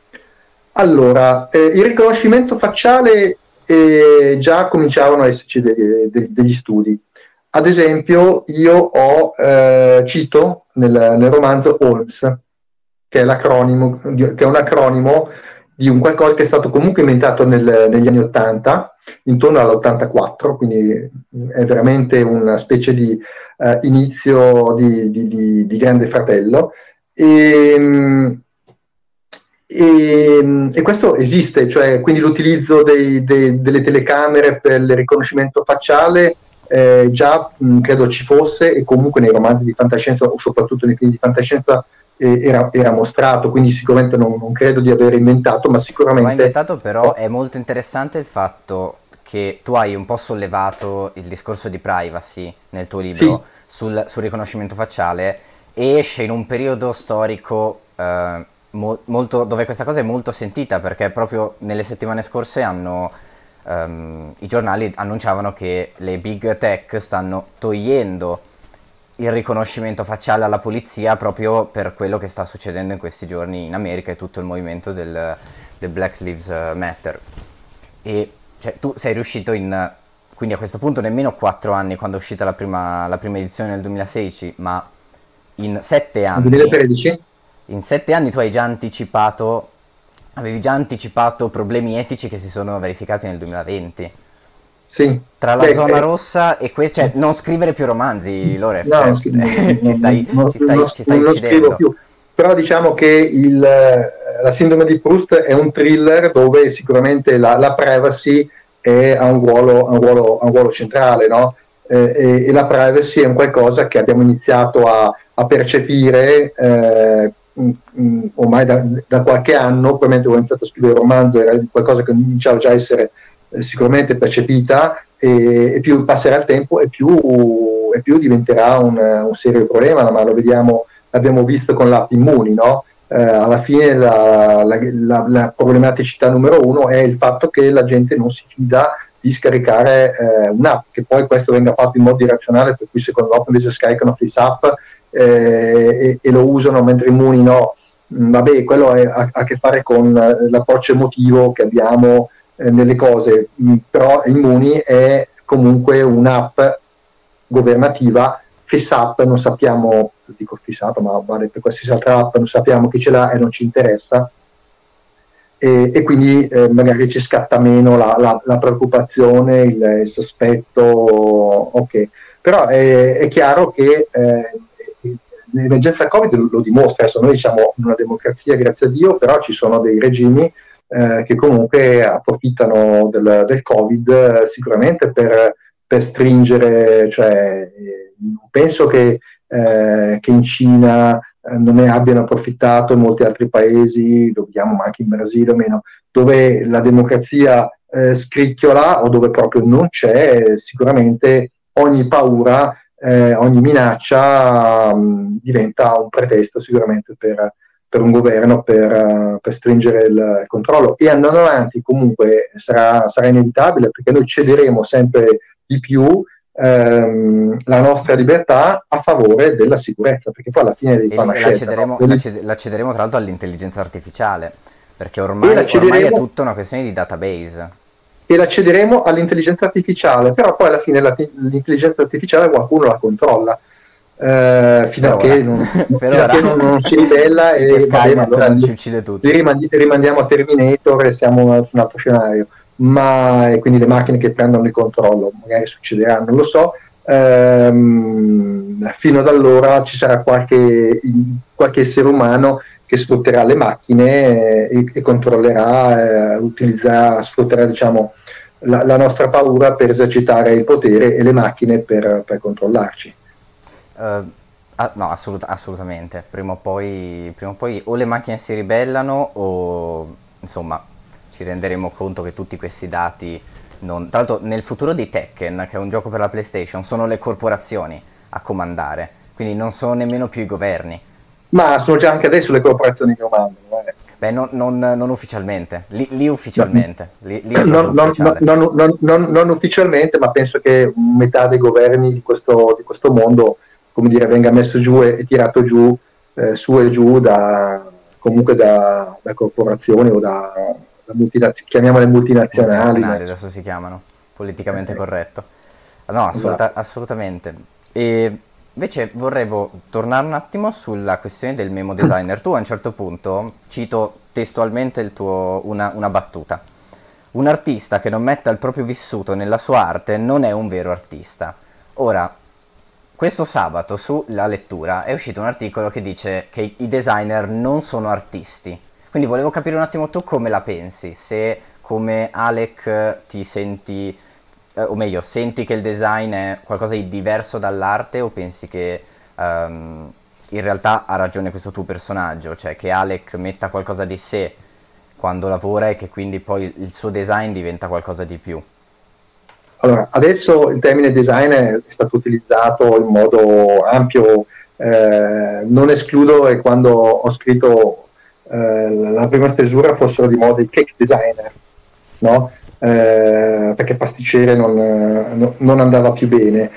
Allora, eh, il riconoscimento facciale eh, già cominciavano a esserci de- de- degli studi. Ad esempio, io ho, eh, cito nel, nel romanzo Holmes, che è, l'acronimo, che è un acronimo di un qualcosa che è stato comunque inventato nel- negli anni ottanta, intorno all'ottantaquattro, quindi è veramente una specie di eh, inizio di, di, di, di Grande Fratello. E, e, e questo esiste, cioè quindi l'utilizzo dei, dei, delle telecamere per il riconoscimento facciale eh, già mh, credo ci fosse, e comunque nei romanzi di fantascienza o soprattutto nei film di fantascienza eh, era, era mostrato, quindi sicuramente non, non credo di aver inventato, ma Non l'ho sicuramente inventato, però oh, è molto interessante il fatto che tu hai un po' sollevato il discorso di privacy nel tuo sì, libro sul, sul riconoscimento facciale, e esce in un periodo storico eh, mo- molto, dove questa cosa è molto sentita, perché proprio nelle settimane scorse hanno, ehm, i giornali annunciavano che le big tech stanno togliendo il riconoscimento facciale alla polizia proprio per quello che sta succedendo in questi giorni in America e tutto il movimento del, del Black Lives Matter. E cioè, tu sei riuscito in, quindi a questo punto nemmeno quattro anni, quando è uscita la prima, la prima edizione nel duemilasedici, ma in sette nel anni, duemilatredici. in sette anni tu hai già anticipato, avevi già anticipato problemi etici che si sono verificati nel duemilaventi. Sì, Tra la beh, zona eh, rossa e questo, cioè non scrivere più romanzi, Lore, no, non, cioè scri- non- ci non- stai, non- ci non- stai, ci stai non scrivo uccidendo. più, però diciamo che il, eh, la sindrome di Proust è un thriller dove sicuramente la, la privacy è, ha, un ruolo, ha, un ruolo, ha un ruolo centrale, no? Eh, e, e la privacy è un qualcosa che abbiamo iniziato a, a percepire eh, mh, mh, ormai da, da qualche anno. Probabilmente ho iniziato a scrivere un romanzo, era qualcosa che cominciava già a essere eh, sicuramente percepita, e, e più passerà il tempo e più, e più diventerà un, un serio problema, ma lo vediamo, l'abbiamo visto con l'app Immuni, no? Eh, alla fine la, la, la, la problematicità numero uno è il fatto che la gente non si fida di scaricare eh, un'app, che poi questo venga fatto in modo irrazionale, per cui secondo me invece scaricano FaceApp eh, e, e lo usano, mentre Immuni no. Mm, vabbè, quello è, ha, ha a che fare con l'approccio emotivo che abbiamo eh, nelle cose, mh, però Immuni è comunque un'app governativa. FaceApp non sappiamo, dico FaceApp, ma vale per qualsiasi altra app, non sappiamo chi ce l'ha e non ci interessa, e, e quindi eh, magari ci scatta meno la, la, la preoccupazione, il, il sospetto, ok. Però è, è chiaro che eh, l'emergenza Covid lo, lo dimostra. Adesso noi siamo una democrazia, grazie a Dio, però ci sono dei regimi eh, che comunque approfittano del, del Covid eh, sicuramente per, per stringere, cioè eh, penso che, eh, che in Cina eh, non ne abbiano approfittato, in molti altri paesi, lo vediamo ma anche in Brasile o meno, dove la democrazia eh, scricchiola o dove proprio non c'è, sicuramente ogni paura, eh, ogni minaccia mh, diventa un pretesto sicuramente per, per un governo per, uh, per stringere il controllo, e andando avanti comunque sarà, sarà inevitabile, perché noi cederemo sempre di più ehm, la nostra libertà a favore della sicurezza, perché poi alla fine devi E, fare li- una e la scelta, no? cederemo, la, Devi, cede- la cederemo tra l'altro all'intelligenza artificiale, perché e la ormai, ormai è cederemo tutta una questione di database. e la cederemo all'intelligenza artificiale, però poi alla fine la, l'intelligenza artificiale qualcuno la controlla, eh, fino Per a che ora, non, per fino a ora, che non, non si ribella, finché e va bene, Skynet allora non ci li, uccide li tutti. rimandi, rimandiamo a Terminator e siamo su un altro scenario, ma e quindi le macchine che prendono il controllo, magari succederà, non lo so. Ehm, fino ad allora ci sarà qualche, qualche essere umano che sfrutterà le macchine e, e controllerà, eh, utilizzerà, sfrutterà diciamo la, la nostra paura per esercitare il potere, e le macchine per, per controllarci. Uh, ah, no, assolut- assolutamente. Prima o poi, prima o poi o le macchine si ribellano o insomma ci renderemo conto che tutti questi dati non... Tra l'altro nel futuro di Tekken, che è un gioco per la PlayStation, sono le corporazioni a comandare, quindi non sono nemmeno più i governi. Ma sono già anche adesso le corporazioni che comandano. Eh. Beh, non, non- non ufficialmente, lì, lì No, ufficialmente, lì, lì è proprio non, non- non- ufficiale. non- non- non- non ufficialmente, ma penso che metà dei governi di questo, di questo mondo, come dire, venga messo giù e, e tirato giù, eh, su e giù da, comunque da, da corporazioni o da, da multinaz- chiamiamole multinazionali. Multinazionali adesso si chiamano, politicamente eh. corretto. No, assoluta- esatto. assolutamente. E invece vorrevo tornare un attimo sulla questione del memo designer. Tu a un certo punto, cito testualmente il tuo, una, una battuta: un artista che non metta il proprio vissuto nella sua arte non è un vero artista. Ora, questo sabato sulla lettura è uscito un articolo che dice che i designer non sono artisti. Quindi volevo capire un attimo tu come la pensi, se come Alec ti senti, eh, o meglio, senti che il design è qualcosa di diverso dall'arte, o pensi che um, in realtà ha ragione questo tuo personaggio, cioè che Alec metta qualcosa di sé quando lavora e che quindi poi il suo design diventa qualcosa di più. Allora, adesso il termine design è stato utilizzato in modo ampio, eh, non escludo che quando ho scritto eh, la prima stesura fossero di moda i cake designer, no? Eh, perché pasticcere non, non andava più bene.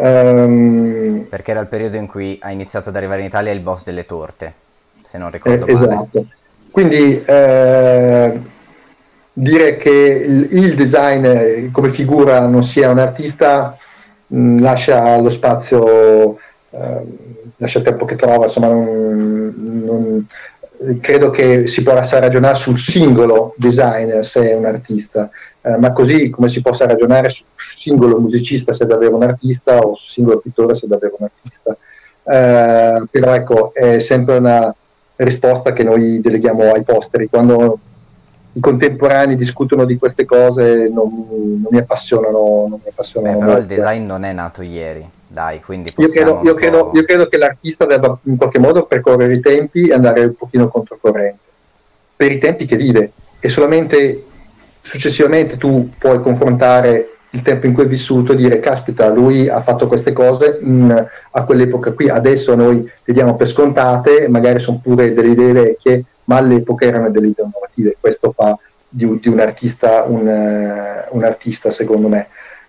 Um, perché era il periodo in cui ha iniziato ad arrivare in Italia il boss delle torte, se non ricordo eh, male. Esatto. Quindi eh, dire che il, il design come figura non sia un artista mh, lascia lo spazio, eh, lascia il tempo che trova, insomma non, non, credo che si possa ragionare sul singolo designer se è un artista, eh, ma così come si possa ragionare sul singolo musicista se è davvero un artista o sul singolo pittore se è davvero un artista. Eh, però ecco, è sempre una risposta che noi deleghiamo ai posteri. Quando i contemporanei discutono di queste cose non, non mi appassionano, non mi appassionano Beh, però molto. Il design non è nato ieri, dai, quindi io credo, io, credo, io credo che l'artista debba in qualche modo percorrere i tempi e andare un pochino controcorrente per i tempi che vive, e solamente successivamente tu puoi confrontare il tempo in cui è vissuto e dire caspita, lui ha fatto queste cose in, a quell'epoca qui, adesso noi le diamo per scontate, magari sono pure delle idee vecchie, ma all'epoca erano delle idee innovative. Questo fa di, di un artista un, uh, un artista secondo me.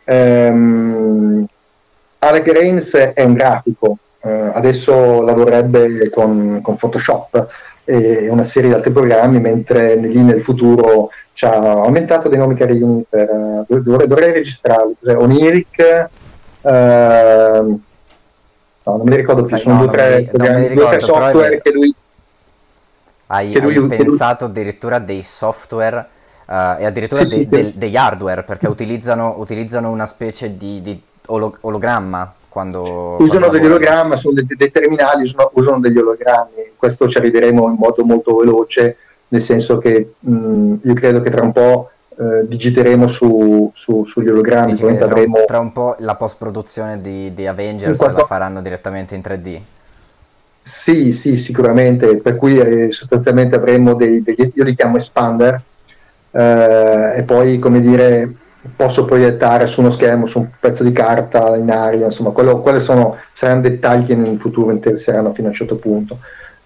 um, Alec Rains è un grafico, uh, adesso lavorerebbe con, con Photoshop e una serie di altri programmi, mentre lì nel futuro ci ha aumentato dei nomi carini per, uh, dovrei, dovrei registrarli, Oniric, uh, no, non me li ricordo più, sono no, due o tre, tre software che lui hai, che lui, hai pensato lui... addirittura dei software uh, e addirittura sì, de, sì, de, degli hardware, perché utilizzano, utilizzano una specie di, di olo, ologramma quando usano quando degli ologrammi, sono dei, dei terminali, usano, usano degli ologrammi. Questo ci arriveremo in modo molto veloce, nel senso che mh, io credo che tra un po' eh, digiteremo su, su, sugli ologrammi. Dici che tra, avremo... tra un po' la post-produzione di, di Avengers qualche... la faranno direttamente in tre D. Sì, sì, sicuramente, per cui eh, sostanzialmente avremo dei, degli, io li chiamo expander, eh, e poi, come dire, posso proiettare su uno schermo, su un pezzo di carta in aria, insomma, quello, quelli sono, saranno dettagli che nel futuro interesseranno fino a un certo punto.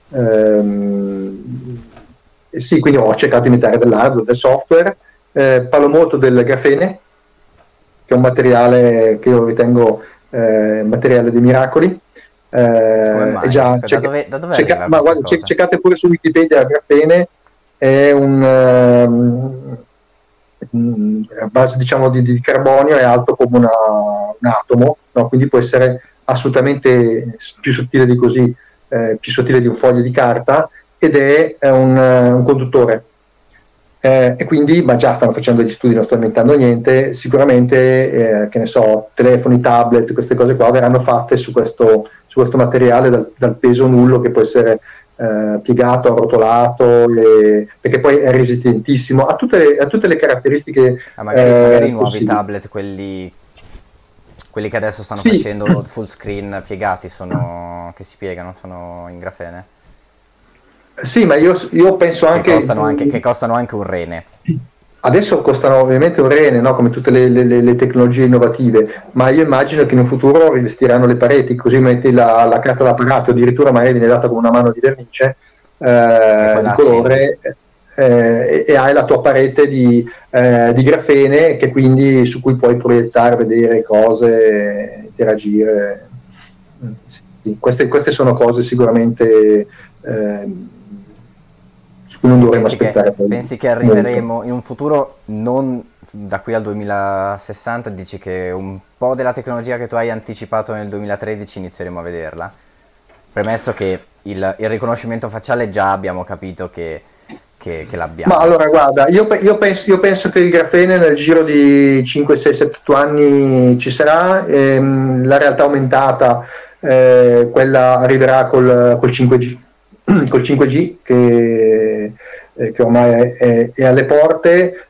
Ehm, sì, quindi ho cercato di imitare dell'hardware, del software, eh, parlo molto del grafene, che è un materiale che io ritengo eh, materiale dei miracoli. Eh, è già, da, dove, da dove cerca, arriva ma guarda, cosa? cercate pure su Wikipedia il grafene, è un um, a base diciamo di, di carbonio, è alto come una, un atomo, no? Quindi può essere assolutamente più sottile di così, eh, più sottile di un foglio di carta, ed è, è un, un conduttore. Eh, e quindi, ma già stanno facendo degli studi, non sto inventando niente, sicuramente eh, che ne so, telefoni, tablet, queste cose qua verranno fatte su questo, su questo materiale dal, dal peso nullo, che può essere eh, piegato, arrotolato, e, perché poi è resistentissimo, ha tutte le, ha tutte le caratteristiche ah, magari, eh, magari i nuovi possibili. Tablet, quelli, quelli che adesso stanno sì. facendo full screen piegati, sono, che si piegano, sono in grafene. Sì, ma io, io penso che anche, costano anche che costano anche un rene. Adesso costano ovviamente un rene, no? Come tutte le, le, le tecnologie innovative, ma io immagino che in un futuro rivestiranno le pareti, così metti la, la carta d'apparato, addirittura magari viene data con una mano di vernice eh, di colore, eh, e hai la tua parete di, eh, di grafene, che quindi su cui puoi proiettare, vedere cose, interagire. Sì, queste, queste sono cose sicuramente eh, su cui non dovremmo Pensi che, aspettare poi pensi che molto. arriveremo in un futuro non da qui al duemilasessanta, dici che un po' della tecnologia che tu hai anticipato nel duemilatredici inizieremo a vederla? Premesso che il, il riconoscimento facciale già abbiamo capito che, che, che l'abbiamo. Ma allora guarda, io, pe- io penso, io penso che il grafene nel giro di cinque, sei, sette, otto anni ci sarà, ehm, la realtà aumentata, eh, quella arriverà col, col cinque G, col cinque G che, eh, che ormai è, è- è alle porte,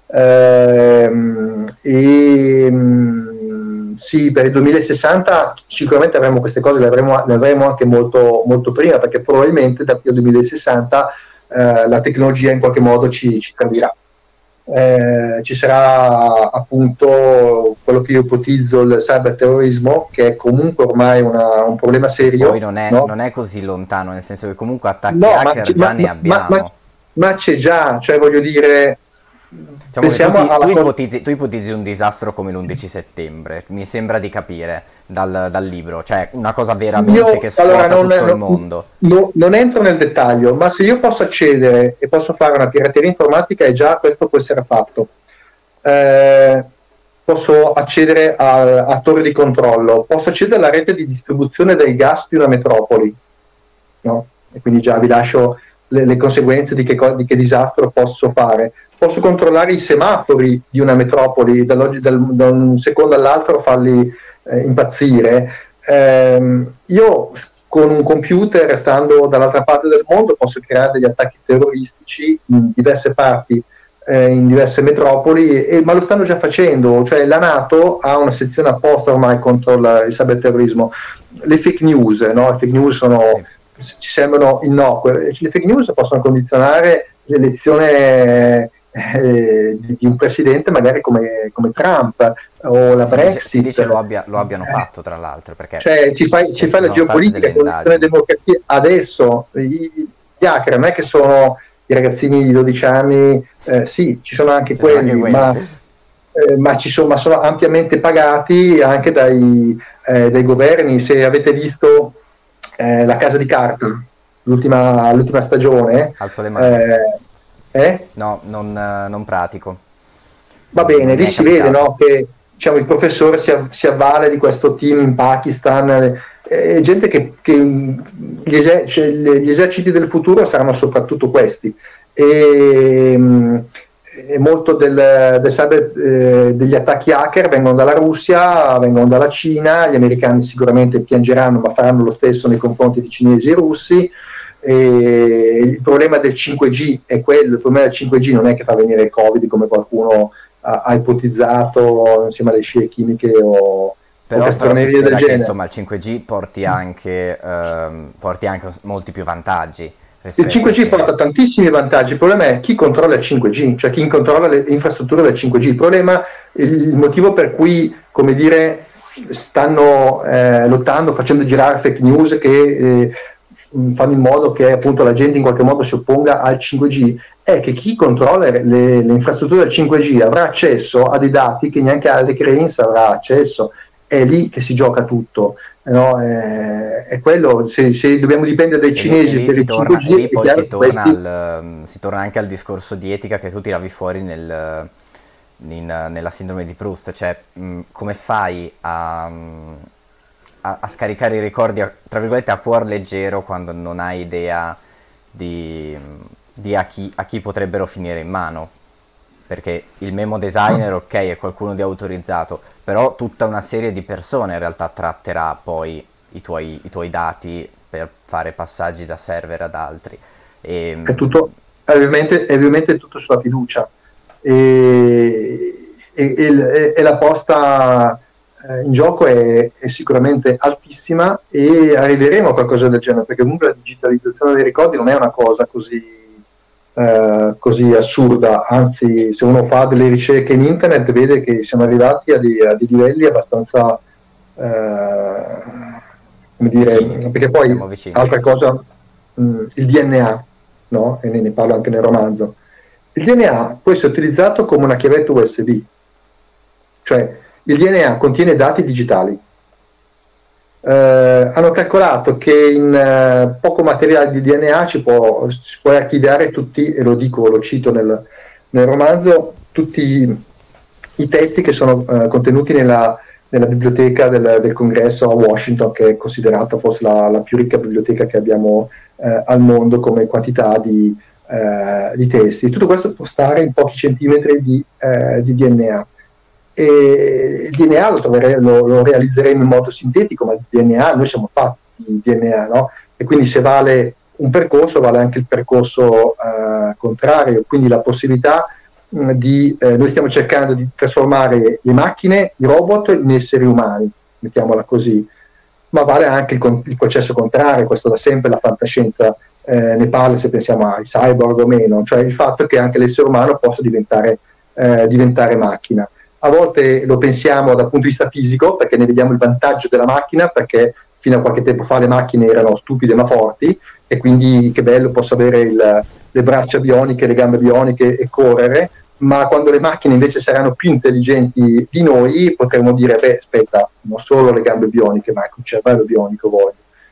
ehm, e mm, sì, per il duemilasessanta sicuramente avremo queste cose, le avremo, le avremo anche molto, molto prima, perché probabilmente da qui al duemilasessanta eh, la tecnologia in qualche modo ci, ci cambierà. Eh, ci sarà appunto quello che io ipotizzo, il cyberterrorismo, che è comunque ormai una, un problema serio. Poi non è, No? non è così lontano, nel senso che comunque attacchi No, ma, hacker già ma, ne ma, abbiamo. ma, ma c'è già, cioè voglio dire, Diciamo che tu, pensiamo ti- alla tu cosa. ipotizzi, tu ipotizzi un disastro come l'undici settembre, mi sembra di capire dal, dal libro, cioè una cosa veramente Io che scuota allora non, tutto il non- mondo. no- non entro nel dettaglio, ma se io posso accedere e posso fare una pirateria informatica, e già questo può essere fatto. Eh, posso accedere al- a torre di controllo, posso accedere alla rete di distribuzione del gas di una metropoli, no? E quindi già vi lascio le, le conseguenze di che, co- di che disastro posso fare. Posso controllare i semafori di una metropoli, dall'oggi- dal- da un secondo all'altro farli eh, impazzire. Ehm, io con un computer, stando dall'altra parte del mondo, posso creare degli attacchi terroristici in diverse parti, eh, in diverse metropoli, e, ma lo stanno già facendo. Cioè la NATO ha una sezione apposta ormai contro la, il cyberterrorismo. Le fake news, no? Le fake news sono, ci sembrano innocue, le fake news possono condizionare l'elezione eh, di, di un presidente magari come, come Trump o la Si Brexit. dice, si dice lo, abbia- lo abbiano fatto, tra l'altro, perché Cioè ci fai, ci ci fai la sono state geopolitica delle con le indagini. democrazie adesso. I- Gli hacker non è che sono i ragazzini di dodici anni, eh, sì, ci sono anche Ci sono quelli, anche quelli. ma, eh, ma ci sono, ma sono ampiamente pagati anche dai, eh, dai governi. Se avete visto eh, La Casa di Carta, l'ultima, l'ultima stagione, Alzo le mani. eh, eh? No, non, eh, non pratico. Va Non bene, mi lì è si vede, capitato. no, che diciamo, il professore si, av- si avvale di questo team in Pakistan, eh, eh, gente che, che gli, eser- cioè, le- gli eserciti del futuro saranno soprattutto questi. E, mh, e molto del, del cyber, eh, degli attacchi hacker vengono dalla Russia, vengono dalla Cina. Gli americani sicuramente piangeranno, ma faranno lo stesso nei confronti di cinesi e russi. E il problema del cinque G è quello, il problema del cinque G non è che fa venire il Covid come qualcuno ha, ha ipotizzato insieme alle scie chimiche o, o Però, però si castronerie del spera che genere. insomma il cinque G porti anche, ehm, porti anche molti più vantaggi Il rispetto cinque G che- porta tantissimi vantaggi, il problema è chi controlla il cinque G, cioè chi controlla le infrastrutture del cinque G. Il problema, il motivo per cui, come dire, stanno eh, lottando, facendo girare fake news che eh, fanno in modo che appunto la gente in qualche modo si opponga al cinque G, è che chi controlla le, le infrastrutture del cinque G avrà accesso a dei dati che neanche Alec Reigns avrà accesso. È lì che si gioca tutto, no? È, è quello, se, se dobbiamo dipendere dai e lì, cinesi e lì per si il torna, cinque G, e lì è poi chiaro si che torna, questi... al, ehm, si torna anche al discorso di etica che tu tiravi fuori nel, in- nella sindrome di Proust, cioè mh, come fai a, a- a scaricare i ricordi a- tra virgolette a cuor leggero quando non hai idea di, di a, chi, a chi potrebbero finire in mano, perché il memo designer ok è qualcuno di autorizzato, però tutta una serie di persone in realtà tratterà poi i tuoi, i tuoi dati per fare passaggi da server ad altri. E, È tutto, è ovviamente, è ovviamente tutto sulla fiducia, e, e- e- e la posta eh, in gioco è, è sicuramente altissima, e arriveremo a qualcosa del genere, perché comunque la digitalizzazione dei ricordi non è una cosa così, eh, così assurda. Anzi, se uno fa delle ricerche in internet vede che siamo arrivati a dei, a dei livelli abbastanza eh, come dire, vicini, perché poi siamo vicini. altra cosa, mh, il D N A, no? E ne, ne parlo anche nel romanzo. Il D N A può essere utilizzato come una chiavetta U S B, cioè il D N A contiene dati digitali, eh, hanno calcolato che in eh, poco materiale di D N A ci può, si può archiviare tutti, e lo dico, lo cito nel, nel romanzo, tutti i testi che sono eh, contenuti nella, nella biblioteca del, del congresso a Washington, che è considerata forse la, la più ricca biblioteca che abbiamo eh, al mondo come quantità di, eh, di testi. Tutto questo può stare in pochi centimetri di, eh, di D N A. E il D N A lo, trovere, lo, lo realizzeremo in modo sintetico, ma il D N A, noi siamo fatti di D N A, no? E quindi se vale un percorso, vale anche il percorso eh, contrario, quindi la possibilità mh, di, eh, noi stiamo cercando di trasformare le macchine, i robot, in esseri umani, mettiamola così, ma vale anche il, il processo contrario, questo da sempre la fantascienza eh, ne parla, se pensiamo ai cyborg o meno, cioè il fatto che anche l'essere umano possa diventare, eh, diventare macchina. A volte lo pensiamo dal punto di vista fisico, perché ne vediamo il vantaggio della macchina, perché fino a qualche tempo fa le macchine erano stupide ma forti, e quindi che bello, posso avere il, le braccia bioniche, le gambe bioniche e correre, ma quando le macchine invece saranno più intelligenti di noi, potremo dire, beh, aspetta, non solo le gambe bioniche, ma anche un cervello bionico voglio.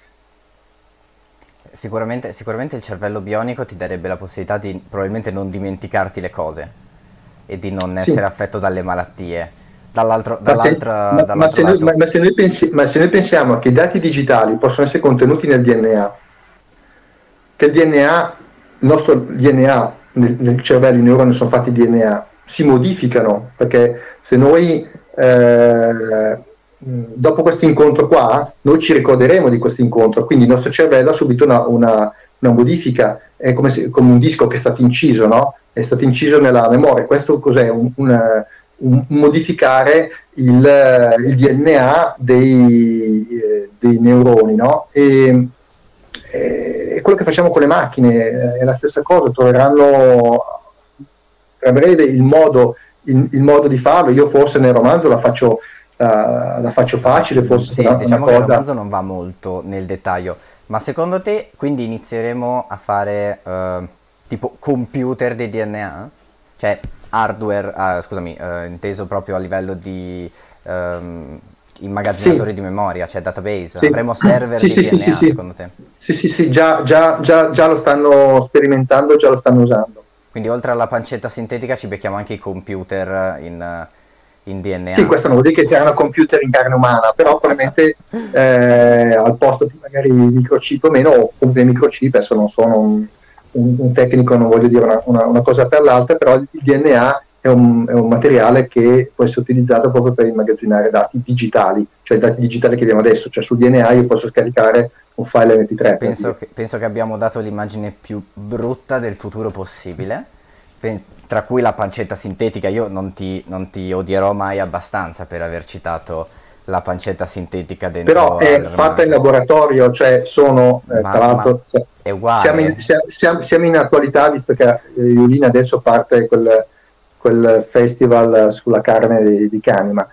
Sicuramente, sicuramente il cervello bionico ti darebbe la possibilità di probabilmente non dimenticarti le cose e di non essere Sì. affetto dalle malattie. Dall'altro, Ma se, dall'altro, ma, ma dall'altro se noi, lato, ma, ma se noi pensi- ma se noi pensiamo che i dati digitali possono essere contenuti nel D N A, che il D N A, il nostro D N A, nel, nel cervello, i neuroni sono fatti di D N A, si modificano, perché se noi eh, dopo questo incontro qua, noi ci ricorderemo di questo incontro, quindi il nostro cervello ha subito una, una, una modifica, è come, se, come un disco che è stato inciso, no? È stato inciso nella memoria. Questo cos'è? Un, un, un modificare il, il D N A dei, eh, dei neuroni, no? E, e quello che facciamo con le macchine è la stessa cosa, troveranno a breve il modo, il, il modo di farlo. Io forse nel romanzo la faccio, la, la faccio facile, forse sì, sarà diciamo una che il cosa... romanzo non va molto nel dettaglio, ma secondo te quindi inizieremo a fare eh, tipo computer di D N A? Cioè hardware, ah, scusami, eh, inteso proprio a livello di ehm, immagazzinatori Sì, di memoria, cioè database. sì, Avremo server sì, di sì, sì, sì, D N A sì, secondo te? sì, sì, sì, già, già, già, già lo stanno sperimentando, già lo stanno usando. Quindi oltre alla pancetta sintetica ci becchiamo anche i computer in, in Sì, D N A. questo non vuol dire che siano computer in carne umana, però probabilmente eh, al posto di magari microchip o meno, o comunque microchip, adesso non sono un, un, un tecnico, non voglio dire una, una, una cosa per l'altra, però il D N A è un, è un materiale che può essere utilizzato proprio per immagazzinare dati digitali, cioè i dati digitali che abbiamo adesso, cioè sul D N A io posso scaricare un file M P tre. Penso che, penso che abbiamo dato l'immagine più brutta del futuro possibile, Pen- tra cui la pancetta sintetica. Io non ti, non ti odierò mai abbastanza per aver citato la pancetta sintetica Però dentro è al fatta in romanzo. laboratorio, cioè sono, eh, Ma, tra ma l'altro, se- è siamo in, uguale. sia- siamo, siamo in attualità, visto che eh, Iulina adesso parte quel, quel festival sulla carne di, di cani, ma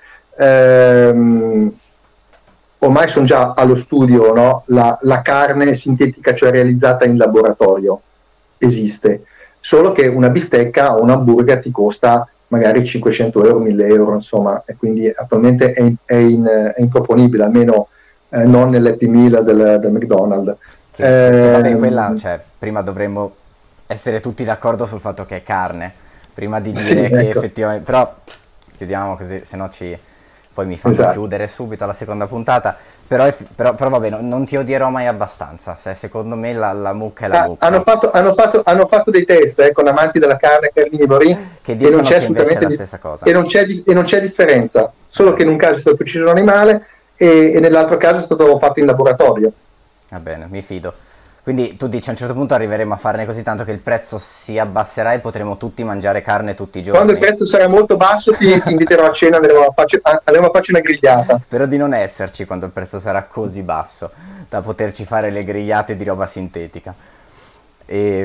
ehm, ormai sono già allo studio, no? La, la carne sintetica, cioè realizzata in laboratorio, esiste, solo che una bistecca o un hamburger ti costa magari cinquecento euro, mille euro, insomma, e quindi attualmente è, è, in, è improponibile, almeno eh, non nell'Happy Meal del, del McDonald's. Che, che- che vabbè, quella, Ehm, cioè, prima dovremmo essere tutti d'accordo sul fatto che è carne, prima di sì, dire che ecco, effettivamente. Però chiudiamo così, se no ci. Poi mi fanno esatto. chiudere subito la seconda puntata. Però, eff- però, però vabbè, no- non ti odierò mai abbastanza. Se secondo me la, la mucca è la Ah, hanno, mucca. fatto, hanno, fatto, hanno fatto dei test eh, con amanti della carne carnivori Che e non dicono c'è che invece è assolutamente la di- stessa cosa. e non c'è, di- e non c'è differenza, Va solo che bene, in un caso è stato ucciso un animale e, e nell'altro caso è stato fatto in laboratorio. va bene, mi fido. Quindi tu dici a un certo punto arriveremo a farne così tanto che il prezzo si abbasserà e potremo tutti mangiare carne tutti i Quando il giorni. prezzo sarà molto basso ti, ti inviterò a cena, andremo a, farci, andremo a farci una grigliata. Spero di non esserci quando il prezzo sarà così basso da poterci fare le grigliate di roba sintetica. E,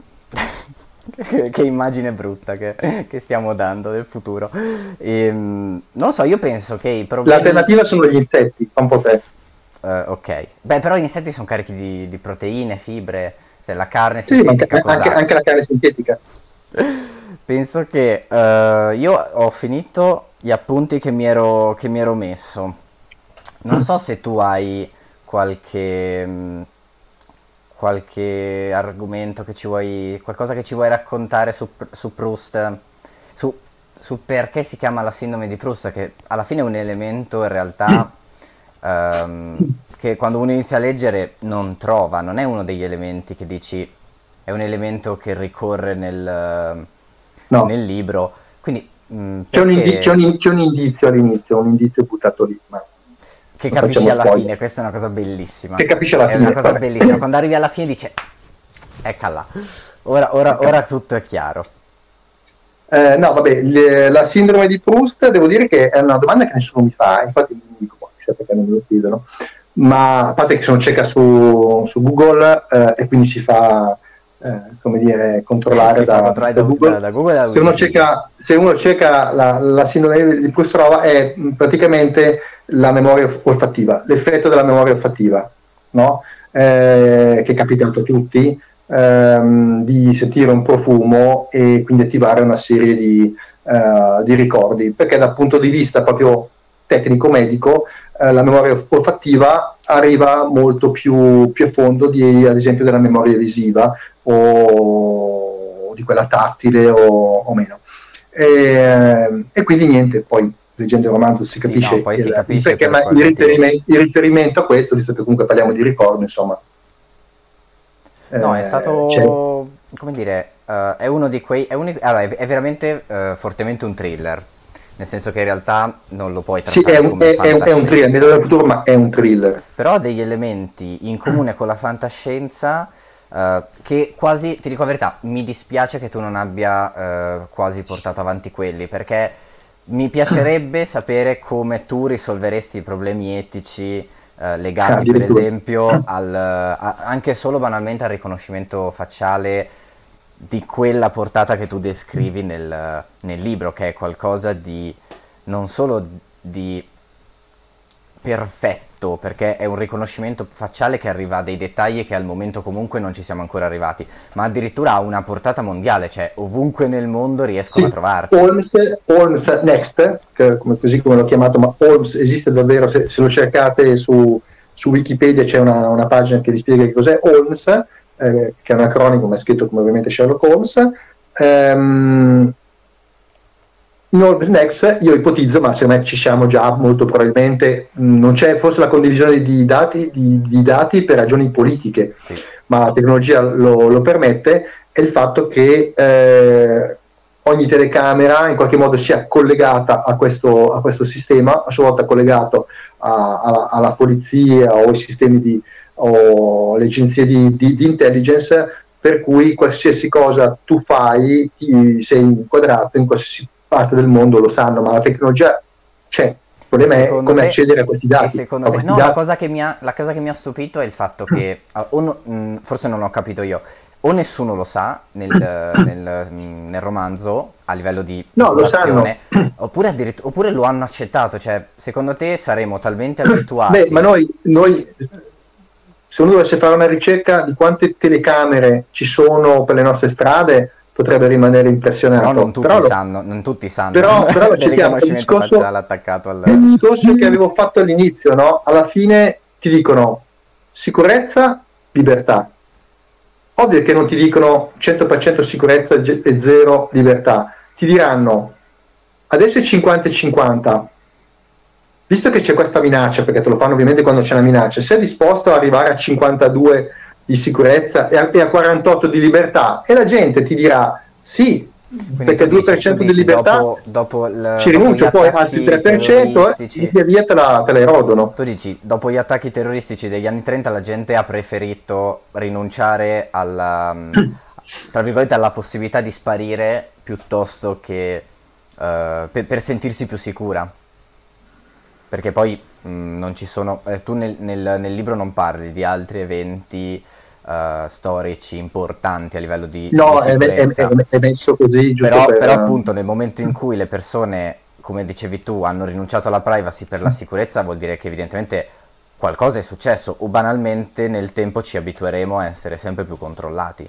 che, che immagine brutta che, che stiamo dando del futuro. E, non lo so, io penso che i problemi. L'alternativa sono gli insetti, fa un po' te. Eh, ok, beh, però gli insetti sono carichi di, di proteine, fibre, cioè la carne Sì, ma anche, sintetica anche, cos'ha? anche la carne sintetica. Penso che eh, io ho finito gli appunti che mi ero, che mi ero messo. non so se tu hai qualche, mh, qualche argomento che ci vuoi, qualcosa che ci vuoi raccontare su, su Proust, su, su perché si chiama la sindrome di Proust, che alla fine è un elemento in realtà ehm, che quando uno inizia a leggere non trova, non è uno degli elementi che dici, è un elemento che ricorre nel, No, nel libro, quindi mh, c'è un, indi- perché... c'è un- c'è un indizio all'inizio, un indizio buttato lì, ma Che non capisci facciamo alla spoiler. fine, questa è una cosa bellissima. Che capisce alla È fine. una cosa vabbè. bellissima. Quando arrivi alla fine dice, eccola, ora, ora, ora tutto è chiaro. Eh, no, vabbè, le- la sindrome di Proust, devo dire che è una domanda che nessuno mi fa, infatti mi dico, "Ma chissà perché non me lo chiedono", ma a parte che sono cieca su, su Google eh, e quindi si fa, eh, come dire, controllare Si fa da, controllare da da, Google. da- da Google e da Se uno Wikipedia. cerca, se uno cerca la, la sindrome di Proust trova è mh, praticamente la memoria olfattiva, l'effetto della memoria olfattiva, no? Eh, che è capitato a tutti, ehm, di sentire un profumo e quindi attivare una serie di, eh, di ricordi, perché dal punto di vista proprio tecnico-medico eh, la memoria olfattiva arriva molto più, più a fondo di, ad esempio, della memoria visiva o di quella tattile o, o meno. E, e quindi niente, poi leggendo il romanzo si Sì, capisce no, poi il, si il capisce perché, per ma qual il motivo. riferimento, il riferimento a questo, visto che comunque parliamo di ricordo, insomma, No, è eh, c'è. stato, come dire, eh, è uno di quei, è, un- allora, è, è veramente eh, fortemente un thriller, nel senso che in realtà non lo puoi Sì, è trattare un, come è, è un, è un thriller, fantascienza. Vedo del futuro, ma è un thriller. Però ha degli elementi in comune con la fantascienza eh, che quasi, ti dico la verità, mi dispiace che tu non abbia eh, quasi portato avanti quelli, perché mi piacerebbe sapere come tu risolveresti i problemi etici eh, legati per Addirittura. esempio al, a- anche solo banalmente al riconoscimento facciale di quella portata che tu descrivi nel, nel libro, che è qualcosa di non solo di perfetto, perché è un riconoscimento facciale che arriva a dei dettagli che al momento comunque non ci siamo ancora arrivati, ma addirittura ha una portata mondiale, cioè ovunque nel mondo riescono a Sì, trovarti. Holmes, Holmes Next, che, come, così come l'ho chiamato, ma Holmes esiste davvero, se, se lo cercate su, su Wikipedia c'è una, una pagina che vi spiega che cos'è Holmes, eh, che è un acronimo, ma è scritto come ovviamente Sherlock Holmes. Ehm, in Holmes Next io ipotizzo, ma secondo me ci siamo già molto probabilmente, mh, non c'è forse la condivisione di dati, di, di dati per ragioni politiche, Sì. ma la tecnologia lo, lo permette, è il fatto che eh, ogni telecamera in qualche modo sia collegata a questo, a questo sistema, a sua volta collegato a, a, alla polizia o ai sistemi di, o alle agenzie di, di, di intelligence, per cui qualsiasi cosa tu fai ti sei inquadrato in qualsiasi parte del mondo, lo sanno, ma la tecnologia c'è. Il problema è Secondo come te, accedere a questi e dati. secondo A te, questi no, la dati. cosa, che mi ha, la cosa che mi ha stupito è il fatto che, ah, o no- mh, forse non ho capito io, o nessuno lo sa nel, nel, mh, nel romanzo a livello di No, lo sanno. popolazione, oppure, addirittu- oppure lo hanno accettato, cioè secondo te saremo talmente Beh, abituati. ma noi, noi, se uno dovesse fare una ricerca di quante telecamere ci sono per le nostre strade, potrebbe rimanere impressionato. Però non tutti Però lo, sanno, non tutti sanno però, però lo del accettiamo. Il riconoscimento discorso, facciale attaccato al... il discorso che avevo fatto all'inizio, no? Alla fine ti dicono sicurezza, libertà. Ovvio che non ti dicono cento per cento sicurezza e zero libertà. Ti diranno adesso è cinquanta e cinquanta. Visto che c'è questa minaccia, perché te lo fanno ovviamente quando c'è una minaccia, sei disposto ad arrivare a cinquantadue di sicurezza e a, e a quarantotto di libertà? E la gente ti dirà sì, Quindi perché tu due per dici, tu cento di dici libertà dopo, dopo, il, ci dopo gli rinuncio, poi altri attacchi tre per cento e terroristici, via via te la, te la erodono. tu dici, dopo gli attacchi terroristici degli anni trenta la gente ha preferito rinunciare alla, tra virgolette, alla possibilità di sparire piuttosto che eh, per, per sentirsi più sicura. Perché poi mh, non ci sono, eh, tu nel, nel- nel libro non parli di altri eventi eh, storici importanti a livello di, di No, è, è- sicurezza. è- è messo così, giusto Però, per... però appunto nel momento in cui le persone, come dicevi tu, hanno rinunciato alla privacy per la sicurezza, vuol dire che evidentemente qualcosa è successo o banalmente nel tempo ci abitueremo a essere sempre più controllati.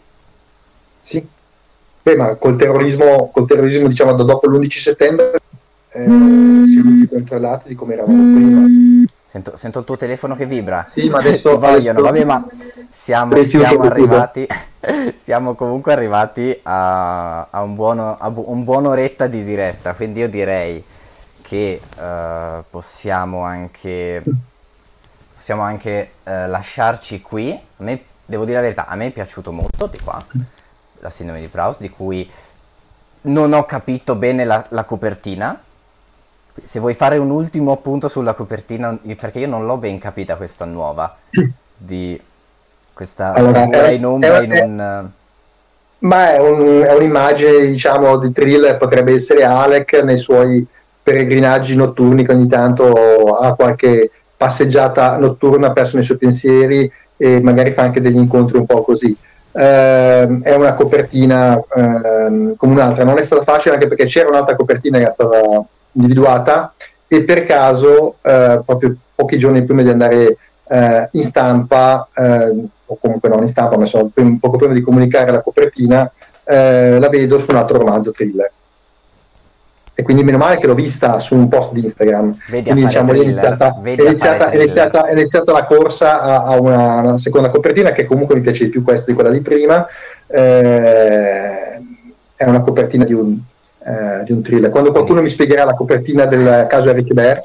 Sì. Beh, ma col terrorismo, col terrorismo diciamo da dopo l'undici settembre eh, siamo più controllati di come eravamo prima. Sento, sento il tuo telefono che vibra. Sì, ma detto, Ti vogliono, detto, vabbè, ma siamo, siamo arrivati, siamo comunque arrivati a, a, un buono, a bu- un buon'oretta di diretta, quindi io direi che uh, possiamo anche, possiamo anche uh, lasciarci qui. A me, devo dire la verità, a me è piaciuto molto di qua, la sindrome di Proust, di cui non ho capito bene la, la copertina. Se vuoi fare un ultimo appunto sulla copertina, perché io non l'ho ben capita questa nuova, di questa allora, figura è, in ombra è, in è, un... Ma è, un, è un'immagine, diciamo, di thriller, potrebbe essere Alec nei suoi peregrinaggi notturni, che ogni tanto ha qualche passeggiata notturna perso nei suoi pensieri e magari fa anche degli incontri un po' così. Eh, è una copertina eh, come un'altra, non è stata facile anche perché c'era un'altra copertina che era stata individuata e per caso eh, proprio pochi giorni prima di andare eh, in stampa eh, o comunque non in stampa ma insomma, un poco prima di comunicare la copertina eh, la vedo su un altro romanzo thriller e quindi meno male che l'ho vista su un post di Instagram. Vedi Quindi a diciamo fare è thriller, iniziata, vedi è a iniziata, fare è iniziata, è iniziata la corsa a, a una, una seconda copertina che comunque mi piace di più questa di quella di prima. Eh, è una copertina di un, eh, di un thriller. Quando qualcuno mi spiegherà la copertina del caso Eric Baer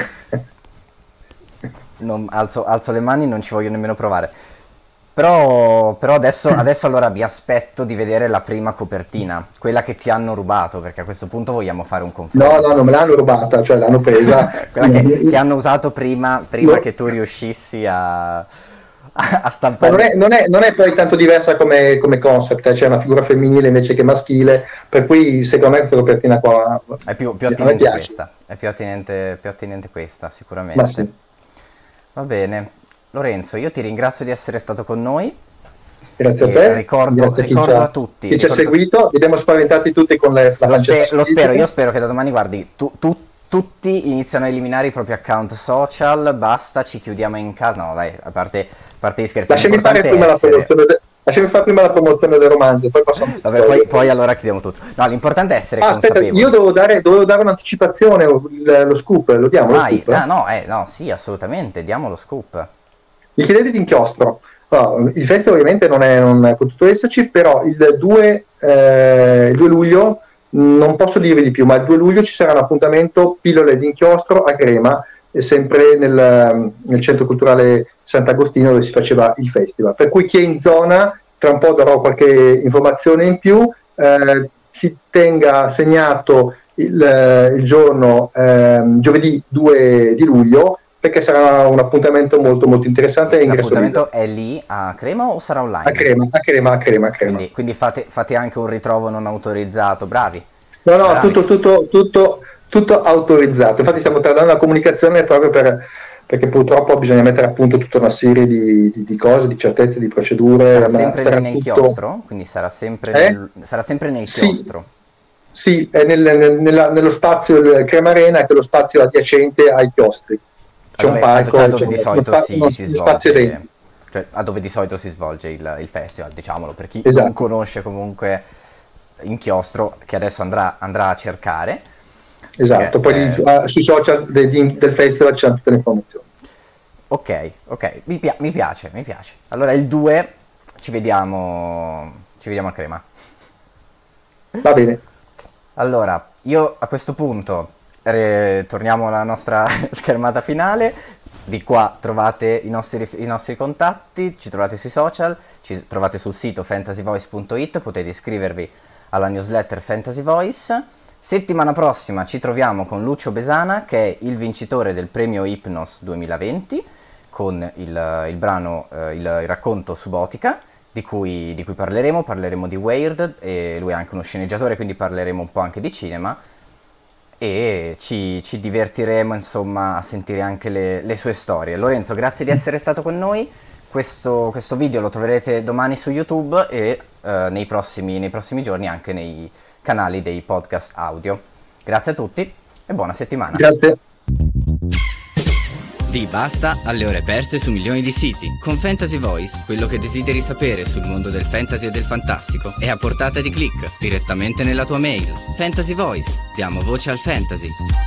non, alzo, alzo le mani, non ci voglio nemmeno provare. Però, però adesso, adesso allora vi aspetto di vedere la prima copertina, quella che ti hanno rubato, perché a questo punto vogliamo fare un confronto. No, no, non me l'hanno rubata, cioè l'hanno presa. Quella che ti hanno usato prima, prima no. che tu riuscissi a, a, a stampare. Non è, non, è, non è poi tanto diversa come, come concept, eh? C'è una figura femminile invece che maschile, per cui secondo me questa copertina qua è più, più attinente questa, è più attinente, più attinente questa sicuramente. Ma sì. Va bene. Lorenzo, io ti ringrazio di essere stato con noi. Grazie a te. Ricordo, Grazie ricordo a, a tutti. Chi ci ha seguito, vi abbiamo spaventati tutti con le, la lo, spe- lo spero, io spero che da domani, guardi, tu, tu, tutti iniziano a eliminare i propri account social, basta, ci chiudiamo in casa. No, dai, a parte, a parte gli scherzi. Lasciami fare, prima la promozione de- lasciami fare prima la promozione del romanzo, poi possiamo... Vabbè, poi, poi allora chiudiamo tutto. No, l'importante è essere ah, consapevoli. Aspetta, io devo dare, dovevo dare un'anticipazione, il, lo scoop, lo diamo lo Vai, scoop? ah, no, eh, no, sì, assolutamente, diamo lo scoop. Mi chiedete di inchiostro. No, il festival ovviamente non è, non è potuto esserci, però il due, eh, il due luglio, non posso dirvi di più, ma il due luglio ci sarà un appuntamento pillole di inchiostro a Crema, sempre nel, nel centro culturale Sant'Agostino dove si faceva il festival. Per cui chi è in zona, tra un po' darò qualche informazione in più, eh, si tenga segnato il, il giorno eh, giovedì due di luglio, perché sarà un appuntamento molto molto interessante. L'appuntamento è lì a Crema o sarà online? A Crema, a Crema, a Crema, a Crema. Quindi, quindi fate, fate anche un ritrovo non autorizzato, bravi. No, no, bravi. tutto, tutto, tutto, tutto autorizzato. Infatti stiamo tardando la comunicazione proprio per, perché purtroppo bisogna mettere a punto tutta una serie di, di, di cose, di certezze, di procedure. Sarà sempre sarà nel tutto... chiostro? Quindi sarà sempre, eh? nel, sarà sempre nel sì. chiostro? Sì, è nel, nel, nella, nello spazio del Crema Arena, che è lo spazio adiacente ai chiostri. C'è dove, un palco, cioè dove c'è di un, solito uno, si, uno, si uno spazio svolge, dentro. cioè a dove di solito si svolge il, il festival, diciamolo, per chi Esatto. non conosce comunque Inchiostro, che adesso andrà, andrà a cercare. Esatto, poi eh, uh, sui social de, de, del festival c'è tutte le informazioni. Ok, ok, mi, pi- mi piace, mi piace. Allora il due ci vediamo, ci vediamo a Crema. Va bene. Allora, io a questo punto re- torniamo alla nostra schermata finale. Di qua trovate i nostri, i nostri contatti, ci trovate sui social, ci trovate sul sito fantasy voice punto it, potete iscrivervi alla newsletter Fantasy Voice. Settimana prossima ci troviamo con Lucio Besana, che è il vincitore del premio Hypnos duemilaventi, con il, il brano, eh, il, il racconto Subotica, di cui, di cui parleremo, parleremo di Weird, e lui è anche uno sceneggiatore, quindi parleremo un po' anche di cinema, e ci, ci divertiremo insomma a sentire anche le, le sue storie. Lorenzo, grazie di essere stato con noi. Questo, questo video lo troverete domani su YouTube e eh, nei, prossimi, nei prossimi giorni anche nei canali dei podcast audio. Grazie a tutti e buona settimana. Grazie. Di basta alle ore perse su milioni di siti. Con Fantasy Voice, quello che desideri sapere sul mondo del fantasy e del fantastico è a portata di click, direttamente nella tua mail. Fantasy Voice, diamo voce al fantasy.